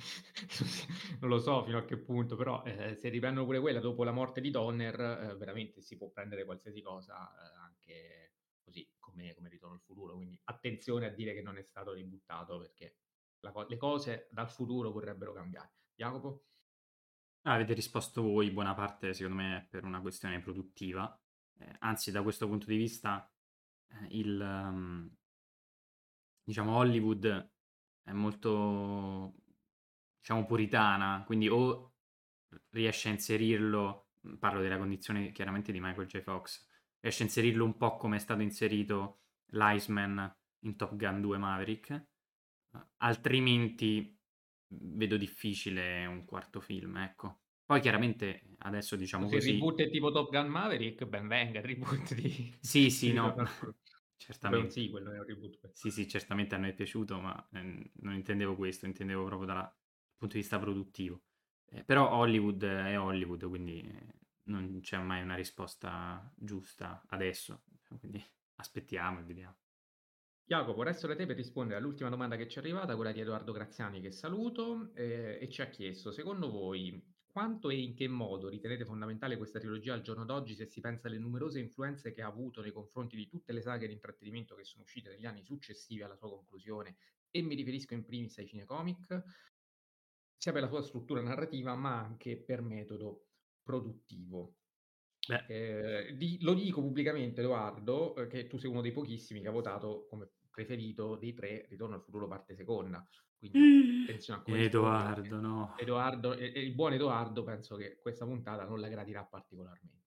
[SPEAKER 1] non lo so fino a che punto, però, ehm, se riprendono pure quella dopo la morte di Donner, ehm, veramente si può prendere qualsiasi cosa, ehm, anche così, come come Ritorno al futuro. Quindi attenzione a dire che non è stato ributtato, perché la co le cose dal futuro potrebbero cambiare. Jacopo?
[SPEAKER 2] Ah, avete risposto voi, buona parte secondo me è per una questione produttiva. Ehm, anzi da questo punto di vista, ehm, il mhmm, diciamo Hollywood è molto, diciamo, puritana, quindi o riesce a inserirlo, mhmm, parlo della condizione chiaramente di Michael J. Fox, riesce a inserirlo un po' come è stato inserito l'Iceman in Top Gun due Maverick, uhm, altrimenti, mhmm, vedo difficile un quarto film, ecco. Poi chiaramente adesso diciamo
[SPEAKER 1] Se il
[SPEAKER 2] così
[SPEAKER 1] reboot è tipo Top Gun Maverick, ben venga il reboot di
[SPEAKER 2] sì,
[SPEAKER 1] di
[SPEAKER 2] sì, no,
[SPEAKER 1] Ritorno al futuro. Vabbè, è un
[SPEAKER 2] certamente.
[SPEAKER 1] sequel, non è un reboot que
[SPEAKER 2] Sì, sì, certamente a noi è piaciuto, ma, ehm, non intendevo questo, intendevo proprio dal punto di vista produttivo. Ehm, però Hollywood è Hollywood, quindi, ehm, non c'è mai una risposta giusta adesso, quindi aspettiamo e vediamo.
[SPEAKER 1] Jacopo, resto da te per rispondere all'ultima domanda che ci è arrivata, quella di Edoardo Graziani, che saluto, ehm, e ci ha chiesto: secondo voi quanto e in che modo ritenete fondamentale questa trilogia al giorno d'oggi, se si pensa alle numerose influenze che ha avuto nei confronti di tutte le saghe di intrattenimento che sono uscite negli anni successivi alla sua conclusione, e mi riferisco in primis ai cinecomic, sia per la sua struttura narrativa, ma anche per metodo produttivo.
[SPEAKER 2] Beh,
[SPEAKER 1] Ehm, di lo dico pubblicamente, Edoardo, uhm, che tu sei uno dei pochissimi che ha votato come preferito dei tre Ritorno al futuro parte seconda. Quindi attenzione a come rispondi, perché
[SPEAKER 2] Edoardo, no.
[SPEAKER 1] Edoardo e e il buon Edoardo penso che questa puntata non la gradirà particolarmente.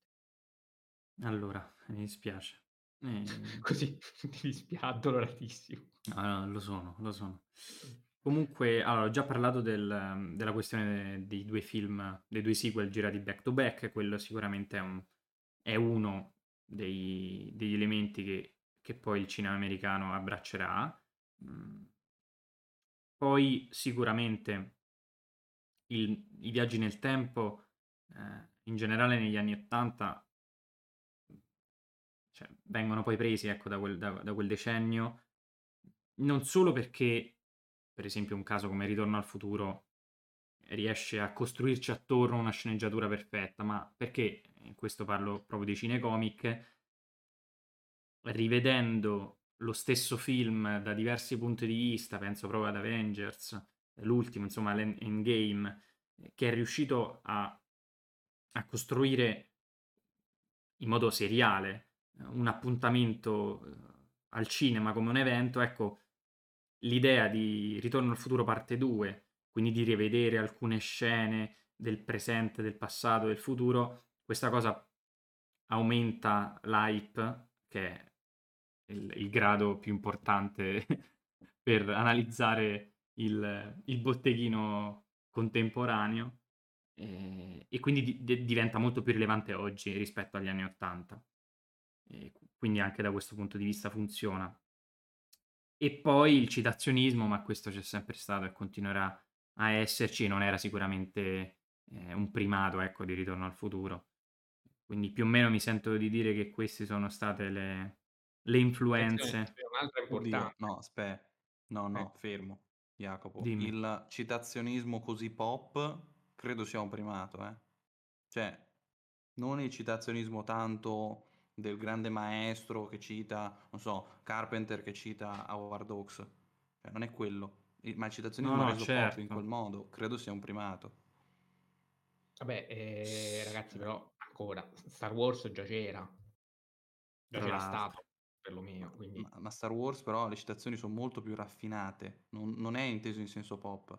[SPEAKER 2] Allora, mi dispiace. Ehm,
[SPEAKER 1] Così ti dispia addoloratissimo.
[SPEAKER 2] no, no, lo sono, lo sono. Comunque, allora, ho già parlato del della questione dei due film, dei due sequel girati back to back, quello sicuramente è un è uno dei degli elementi che che poi il cinema americano abbraccerà. Mhmm, poi sicuramente il i viaggi nel tempo, ehm, in generale negli anni 'ottanta, cioè vengono poi presi, ecco, da quel da da quel decennio, non solo perché, per esempio, un caso come Ritorno al futuro riesce a costruirci attorno una sceneggiatura perfetta, ma perché, in questo parlo proprio di cinecomic, rivedendo lo stesso film da diversi punti di vista, penso proprio ad Avengers, l'ultimo insomma l'En Endgame, ehm, che è riuscito a a costruire in modo seriale, uhm, un appuntamento, uhm, al cinema come un evento, ecco, l'idea di Ritorno al futuro parte due, quindi di rivedere alcune scene del presente, del passato, del futuro, questa cosa aumenta l'hype, che è il il grado più importante per analizzare il il botteghino contemporaneo, ehm, e quindi di de diventa molto più rilevante oggi rispetto agli anni 'ottanta. E q quindi anche da questo punto di vista funziona. E poi il citazionismo, ma questo c'è sempre stato e continuerà a esserci, non era sicuramente, ehm, un primato, ecco, di Ritorno al futuro. Quindi più o meno mi sento di dire che questi sono state le le
[SPEAKER 1] Attenzione,
[SPEAKER 2] influenze.
[SPEAKER 1] c'è un'altra
[SPEAKER 3] Oddio,
[SPEAKER 1] importante.
[SPEAKER 3] no, aspe no,
[SPEAKER 1] Eh,
[SPEAKER 3] no, fermo, Jacopo.
[SPEAKER 2] Dimmi.
[SPEAKER 3] Il citazionismo così pop credo sia un primato, eh. Cioè, non il citazionismo tanto del grande maestro che cita, non so, Carpenter che cita Howard Hawks. Cioè, non è quello. Il- ma il
[SPEAKER 2] No,
[SPEAKER 3] citazionismo
[SPEAKER 2] no,
[SPEAKER 3] reso pop in quel
[SPEAKER 2] certo.
[SPEAKER 3] modo credo sia un primato.
[SPEAKER 1] Vabbè, eh, ragazzi,
[SPEAKER 3] Eh,
[SPEAKER 1] però ancora Star Wars già c'era, già
[SPEAKER 2] Tra
[SPEAKER 1] c'era
[SPEAKER 2] l'altro.
[SPEAKER 1] stato, perlomeno,
[SPEAKER 3] Ma,
[SPEAKER 1] quindi
[SPEAKER 3] ma Star Wars però le citazioni sono molto più raffinate, non, non è inteso in senso pop.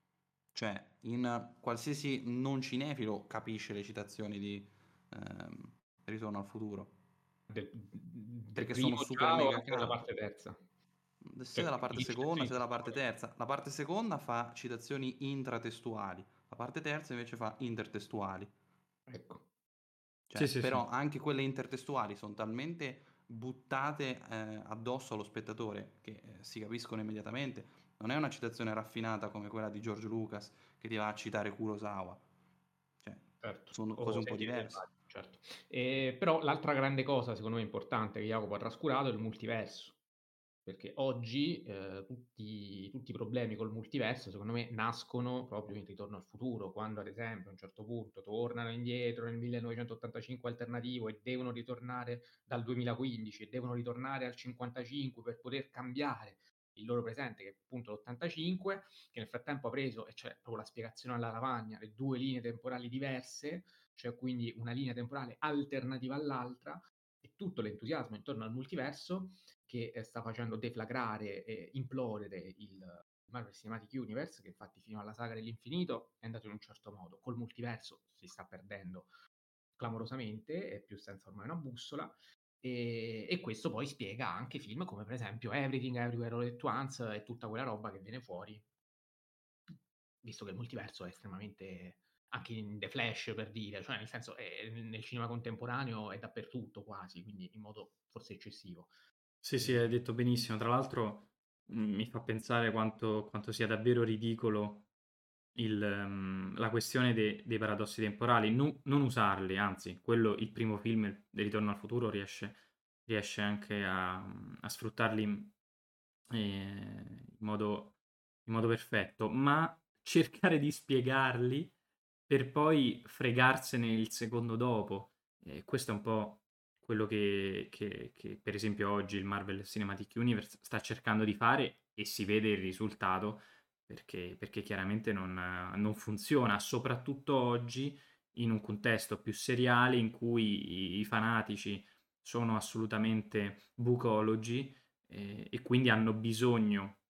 [SPEAKER 3] Cioè, in qualsiasi non cinefilo capisce le citazioni di ehm, Ritorno al futuro,
[SPEAKER 1] del, del
[SPEAKER 3] perché sono
[SPEAKER 1] primo
[SPEAKER 3] super
[SPEAKER 1] già o
[SPEAKER 3] mega
[SPEAKER 1] anche della
[SPEAKER 3] calde.
[SPEAKER 1] parte terza?
[SPEAKER 3] Sia
[SPEAKER 1] Cioè,
[SPEAKER 3] della parte
[SPEAKER 1] di
[SPEAKER 3] seconda
[SPEAKER 1] citazioni
[SPEAKER 3] sia dalla parte
[SPEAKER 1] testuali.
[SPEAKER 3] terza. La parte seconda fa citazioni intratestuali, la parte terza invece fa intertestuali.
[SPEAKER 1] Ecco.
[SPEAKER 2] Sì,
[SPEAKER 3] Cioè,
[SPEAKER 2] sì, sì.
[SPEAKER 3] però anche quelle intertestuali sono talmente buttate eh, addosso allo spettatore che eh, si capiscono immediatamente. Non è una citazione raffinata come quella di George Lucas che ti va a citare Kurosawa. Cioè,
[SPEAKER 1] Certo,
[SPEAKER 3] sono cose
[SPEAKER 1] o
[SPEAKER 3] un po'
[SPEAKER 1] Sentieri
[SPEAKER 3] diverse.
[SPEAKER 1] selvaggi, certo. Ehm, però l'altra grande cosa, secondo me importante, che Jacopo ha trascurato è il multiverso, perché oggi, ehm, tutti tutti i problemi col multiverso, secondo me, nascono proprio in Ritorno al futuro, quando ad esempio a un certo punto tornano indietro nel millenovecentottantacinque alternativo e devono ritornare dal duemilaquindici e devono ritornare al cinquantacinque per poter cambiare il loro presente, che è appunto l'ottantacinque, che nel frattempo ha preso, e cioè proprio la spiegazione alla lavagna, le due linee temporali diverse, cioè quindi una linea temporale alternativa all'altra, e tutto l'entusiasmo intorno al multiverso che eh, sta facendo deflagrare e implodere il Marvel Cinematic Universe, che infatti fino alla saga dell'infinito è andato in un certo modo, col multiverso si sta perdendo clamorosamente, è più senza ormai una bussola, e, e questo poi spiega anche film come per esempio Everything Everywhere All at Once e tutta quella roba che viene fuori, visto che il multiverso è estremamente, anche in The Flash per dire, cioè nel senso è, nel cinema contemporaneo è dappertutto quasi, quindi in modo forse eccessivo.
[SPEAKER 2] Sì, sì, hai
[SPEAKER 1] E,
[SPEAKER 2] detto benissimo. Tra l'altro, mhmm, mi fa pensare quanto quanto sia davvero ridicolo il mhmm, la questione de dei paradossi temporali, nu non usarli, anzi, quello il primo film di Ritorno al futuro riesce riesce anche a mhmm, a sfruttarli, mhmm, ehm, in modo in modo perfetto, ma cercare di spiegarli per poi fregarsene il secondo dopo. Ehm, questo è un po' quello che che che per esempio oggi il Marvel Cinematic Universe sta cercando di fare e si vede il risultato perché perché chiaramente non non funziona, soprattutto oggi in un contesto più seriale in cui i i fanatici sono assolutamente bucologi, ehm, e quindi hanno bisogno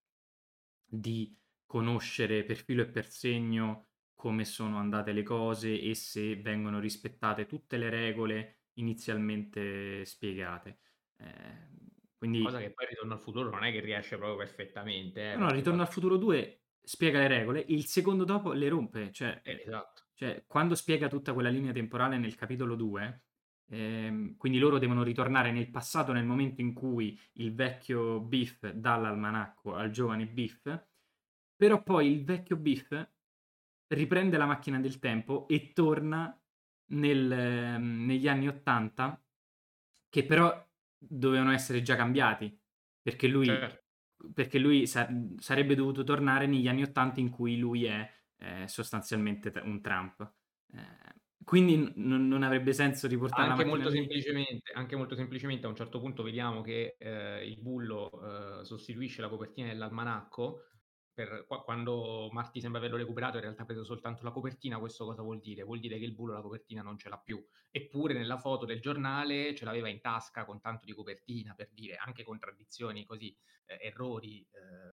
[SPEAKER 2] di conoscere per filo e per segno come sono andate le cose e se vengono rispettate tutte le regole inizialmente spiegate. Ehm,
[SPEAKER 1] cosa
[SPEAKER 2] quindi
[SPEAKER 1] che poi Ritorno al futuro non è che riesce proprio perfettamente, eh,
[SPEAKER 2] no, no,
[SPEAKER 1] perché
[SPEAKER 2] Ritorno
[SPEAKER 1] qualche...
[SPEAKER 2] al futuro due spiega le regole, il secondo dopo le rompe, cioè
[SPEAKER 1] Eh,
[SPEAKER 2] ehm,
[SPEAKER 1] esatto,
[SPEAKER 2] cioè quando spiega tutta quella linea temporale nel capitolo due, ehm, quindi loro devono ritornare nel passato nel momento in cui il vecchio Biff dà l'almanacco al giovane Biff, però poi il vecchio Biff riprende la macchina del tempo e torna nel mhmm, negli anni 'ottanta, che però dovevano essere già cambiati, perché lui
[SPEAKER 1] certo.
[SPEAKER 2] perché lui sa mhmm, sarebbe dovuto tornare negli anni 'ottanta in cui lui è, ehm, sostanzialmente t un Trump. Ehm, quindi n non non avrebbe senso riportare la
[SPEAKER 1] Anche
[SPEAKER 2] macchina
[SPEAKER 1] molto
[SPEAKER 2] lì.
[SPEAKER 1] semplicemente anche molto semplicemente a un certo punto vediamo che, ehm, il bullo, uhm, sostituisce la copertina dell'almanacco per qua quando Marty sembra averlo recuperato, in realtà ha preso soltanto la copertina. Questo cosa vuol dire? Vuol dire che il bullo la copertina non ce l'ha più. Eppure nella foto del giornale ce l'aveva in tasca con tanto di copertina, per dire, anche contraddizioni così, ehm, errori, ehm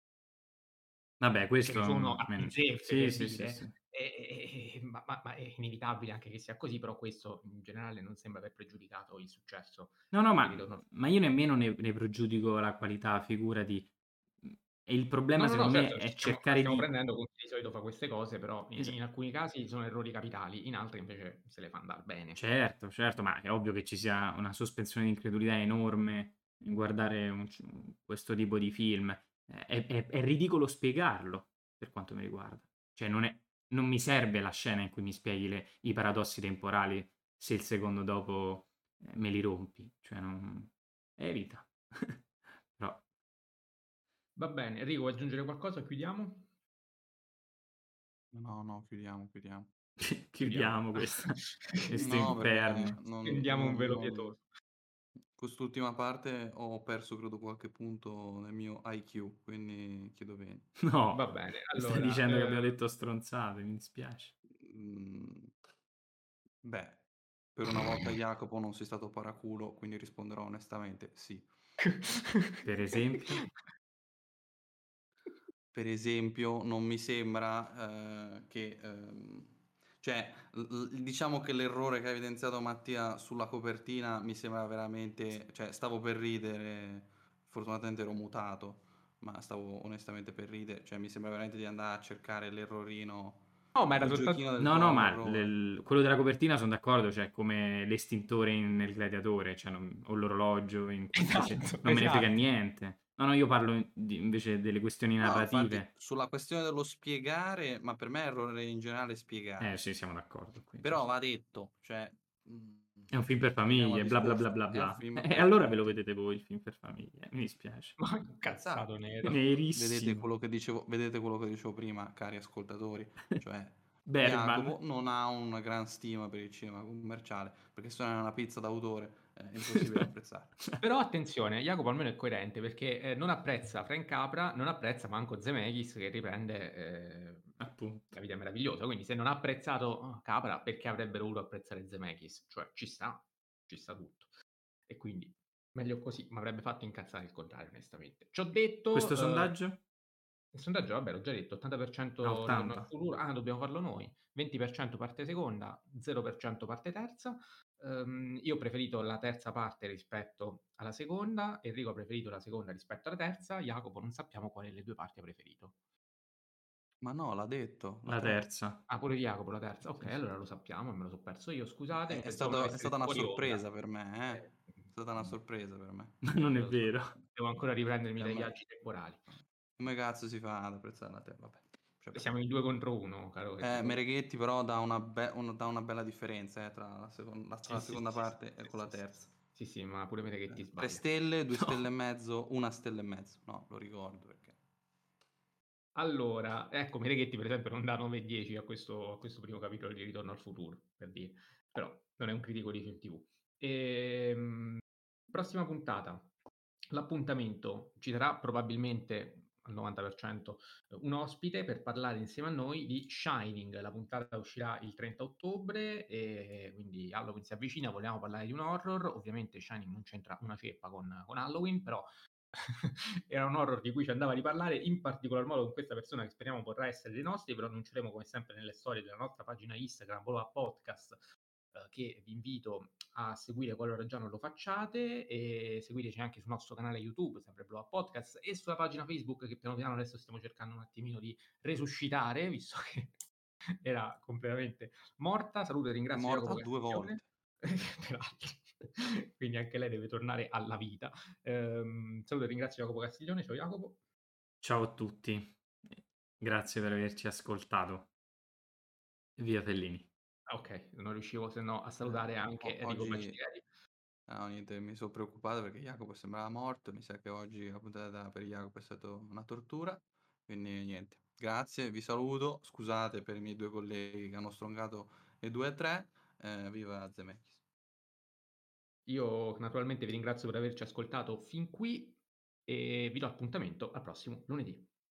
[SPEAKER 2] Vabbè
[SPEAKER 1] ce ne
[SPEAKER 2] questo,
[SPEAKER 1] sono
[SPEAKER 2] mhmm,
[SPEAKER 1] a
[SPEAKER 2] men
[SPEAKER 1] bizzeffe
[SPEAKER 2] sì,
[SPEAKER 1] per
[SPEAKER 2] sì, sì,
[SPEAKER 1] dire,
[SPEAKER 2] sì.
[SPEAKER 1] e e e ma ma ma è inevitabile anche che sia così, però questo in generale non sembra aver pregiudicato il successo
[SPEAKER 2] No, no,
[SPEAKER 1] di
[SPEAKER 2] ma
[SPEAKER 1] Ritorno al
[SPEAKER 2] ma io nemmeno ne ne pregiudico la qualità, figurati. Mhmm, e il
[SPEAKER 1] No,
[SPEAKER 2] problema
[SPEAKER 1] no, no,
[SPEAKER 2] secondo me
[SPEAKER 1] certo, ci
[SPEAKER 2] è
[SPEAKER 1] stiamo la
[SPEAKER 2] cercare
[SPEAKER 1] stiamo
[SPEAKER 2] di
[SPEAKER 1] prendendo con chi di solito fa queste cose, però in
[SPEAKER 2] esa
[SPEAKER 1] in alcuni casi sono errori capitali, in altri invece se le fa andar bene.
[SPEAKER 2] certo, certo, ma è ovvio che ci sia una sospensione di incredulità enorme, guardare un c questo tipo di film. È è è ridicolo spiegarlo, per quanto mi riguarda. Cioè non è non mi serve la scena in cui mi spieghi le i paradossi temporali se il secondo dopo, ehm, me li rompi. Cioè non evita. Però
[SPEAKER 1] Va bene, Enrico, vuoi aggiungere qualcosa? Chiudiamo?
[SPEAKER 3] No, no, chiudiamo, chiudiamo.
[SPEAKER 1] Chiudiamo.
[SPEAKER 2] chiudiamo questa questo
[SPEAKER 3] No, perché
[SPEAKER 2] inferno.
[SPEAKER 3] non,
[SPEAKER 1] Stendiamo un
[SPEAKER 3] non-
[SPEAKER 1] velo
[SPEAKER 3] non-
[SPEAKER 1] pietoso.
[SPEAKER 3] quest'ultima parte ho perso, credo, qualche punto nel mio I Q, quindi chiedo bene.
[SPEAKER 1] Va
[SPEAKER 2] No,
[SPEAKER 1] bene,
[SPEAKER 2] mi stai
[SPEAKER 1] allora,
[SPEAKER 2] dicendo che abbiamo
[SPEAKER 1] ehm,
[SPEAKER 2] detto stronzate, mi dispiace.
[SPEAKER 3] Mm, beh, per una volta Jacopo non sei stato paraculo, quindi risponderò onestamente sì.
[SPEAKER 2] Per esempio?
[SPEAKER 3] Per esempio, non mi sembra eh, che... ehm, cioè, l- l- diciamo che l'errore che ha evidenziato Mattia sulla copertina mi sembra veramente... Cioè, stavo per ridere, fortunatamente ero mutato, ma stavo onestamente per ridere. Cioè, mi sembra veramente di andare a cercare l'errorino,
[SPEAKER 1] No, ma era
[SPEAKER 3] il
[SPEAKER 1] soltanto...
[SPEAKER 3] giochino del
[SPEAKER 2] No, no,
[SPEAKER 3] trova
[SPEAKER 2] ma
[SPEAKER 3] l'errore.
[SPEAKER 2] l- quello della copertina sono d'accordo, cioè come l'estintore in- nel gladiatore, cioè non- o l'orologio in qualsiasi...
[SPEAKER 1] Esatto,
[SPEAKER 2] Non me ne frega
[SPEAKER 1] esatto.
[SPEAKER 2] niente. No, no, io parlo di- invece delle questioni
[SPEAKER 3] No, infatti,
[SPEAKER 2] narrative.
[SPEAKER 3] sulla questione dello spiegare, ma per me è errore in generale
[SPEAKER 2] Eh
[SPEAKER 3] spiegare.
[SPEAKER 2] sì, siamo d'accordo qui, sì,
[SPEAKER 3] Però
[SPEAKER 2] sì.
[SPEAKER 3] va detto, cioè, mm,
[SPEAKER 2] È un film per
[SPEAKER 3] torniamo al
[SPEAKER 2] famiglie, bla bla bla
[SPEAKER 3] discorso,
[SPEAKER 2] bla
[SPEAKER 3] è un
[SPEAKER 2] bla.
[SPEAKER 3] film
[SPEAKER 2] E
[SPEAKER 3] per
[SPEAKER 2] allora ve lo
[SPEAKER 3] tutti.
[SPEAKER 2] vedete voi il film per famiglie, mi dispiace.
[SPEAKER 1] Ma
[SPEAKER 3] Cazzate.
[SPEAKER 1] incazzato nero.
[SPEAKER 3] Vedete
[SPEAKER 2] Nerissimo.
[SPEAKER 3] quello che dicevo, vedete quello che dicevo prima, cari ascoltatori, cioè
[SPEAKER 2] Bergman.
[SPEAKER 3] Jacopo non ha una gran stima per il cinema commerciale, perché se non è una pizza d'autore è impossibile apprezzare.
[SPEAKER 1] Però attenzione, Jacopo almeno è coerente perché eh, non apprezza Frank Capra, non apprezza manco Zemeckis che riprende eh,
[SPEAKER 2] Appunto.
[SPEAKER 1] La vita è meravigliosa. Quindi se non ha apprezzato oh, Capra, perché avrebbero voluto apprezzare Zemeckis? Cioè ci sta, ci sta tutto. E quindi meglio così, mi avrebbe fatto incazzare il contrario, onestamente. Ci ho detto...
[SPEAKER 2] Questo
[SPEAKER 1] eh,
[SPEAKER 2] sondaggio?
[SPEAKER 1] il sondaggio, vabbè, l'ho già detto, ottanta per
[SPEAKER 2] Ah,
[SPEAKER 1] cento ritorno al
[SPEAKER 2] ottanta.
[SPEAKER 1] futuro. Ah, dobbiamo farlo noi. venti per cento parte seconda, zero per cento parte terza. Ehm, io ho preferito la terza parte rispetto alla seconda, Enrico ha preferito la seconda rispetto alla terza, Jacopo non sappiamo quale delle due parti ha preferito.
[SPEAKER 3] Ma no, l'ha detto, la
[SPEAKER 2] La
[SPEAKER 3] terza.
[SPEAKER 2] terza.
[SPEAKER 1] Ah, pure Jacopo la terza. Ok,
[SPEAKER 2] Sì, sì.
[SPEAKER 1] allora lo sappiamo e me lo so perso io.
[SPEAKER 3] Ma
[SPEAKER 1] Scusate,
[SPEAKER 3] È,
[SPEAKER 1] mi
[SPEAKER 3] è
[SPEAKER 1] pensavo
[SPEAKER 3] stato- è
[SPEAKER 1] dovesse
[SPEAKER 3] stata una
[SPEAKER 1] fuori onda.
[SPEAKER 3] sorpresa per me, eh?
[SPEAKER 1] Eh,
[SPEAKER 3] È stata una sorpresa per me.
[SPEAKER 2] Ma non è
[SPEAKER 1] lo so.
[SPEAKER 2] vero.
[SPEAKER 1] Devo ancora riprendermi
[SPEAKER 3] Per
[SPEAKER 1] dai
[SPEAKER 3] me.
[SPEAKER 1] viaggi temporali.
[SPEAKER 3] Come cazzo si fa ad apprezzare la terza? Vabbè, cioè,
[SPEAKER 1] Siamo in due contro uno, caro che ti
[SPEAKER 3] Eh,
[SPEAKER 1] devo dire.
[SPEAKER 3] Mereghetti però dà una, be- un- dà una bella differenza eh, tra la, secon- la- tra
[SPEAKER 1] Sì,
[SPEAKER 3] la
[SPEAKER 1] sì,
[SPEAKER 3] seconda
[SPEAKER 1] sì, sì,
[SPEAKER 3] parte e
[SPEAKER 1] sì,
[SPEAKER 3] con la
[SPEAKER 1] sì, sì,
[SPEAKER 3] terza.
[SPEAKER 1] sì. Sì, sì, ma pure vede che ti
[SPEAKER 3] Eh, tre
[SPEAKER 1] sbaglia.
[SPEAKER 3] stelle, due stelle e
[SPEAKER 2] No.
[SPEAKER 3] mezzo, una stella e mezzo. No, lo ricordo perché.
[SPEAKER 1] Allora, ecco, Mereghetti per esempio non dà nove e dieci a questo, a questo primo capitolo di Ritorno al futuro, per dire. Però non è un critico di film tivù. Ehm, prossima puntata. L'appuntamento ci sarà probabilmente al novanta per cento un ospite per parlare insieme a noi di Shining. La puntata uscirà il trenta ottobre e quindi Halloween si avvicina, vogliamo parlare di un horror. Ovviamente Shining non c'entra una ceppa con, con Halloween, però era un horror di cui ci andava di parlare, in particolar modo con questa persona che speriamo potrà essere dei nostri. Ve lo annunceremo come sempre nelle storie della nostra pagina Instagram, Volo a Podcast, eh, che vi invito a seguire qualora già non lo facciate, e seguiteci anche sul nostro canale YouTube, sempre Blow Up Podcast, e sulla pagina Facebook che piano piano adesso stiamo cercando un attimino di resuscitare, visto che era completamente morta. Saluto e
[SPEAKER 3] È
[SPEAKER 1] ringrazio
[SPEAKER 3] morta
[SPEAKER 1] Jacopo
[SPEAKER 3] due
[SPEAKER 1] Castiglione.
[SPEAKER 3] volte.
[SPEAKER 1] Peraltro. Quindi anche lei deve tornare alla vita. Ehm, saluto e ringrazio Jacopo Castiglione. Ciao Jacopo.
[SPEAKER 2] Ciao a tutti. Grazie per averci ascoltato. Via Fellini.
[SPEAKER 1] Ah, ok, non riuscivo se no a
[SPEAKER 3] Eh,
[SPEAKER 1] salutare anche
[SPEAKER 3] o-
[SPEAKER 1] Enrico
[SPEAKER 3] oggi
[SPEAKER 1] Baccinelli.
[SPEAKER 3] ah, niente, mi sono preoccupato perché Jacopo sembrava morto. Mi sa che oggi la puntata per Jacopo è stata una tortura. Quindi niente. Grazie, vi saluto. Scusate per i miei due colleghi che hanno stroncato le due e tre. Eh, viva Zemeckis.
[SPEAKER 1] Io naturalmente vi ringrazio per averci ascoltato fin qui e vi do appuntamento al prossimo lunedì.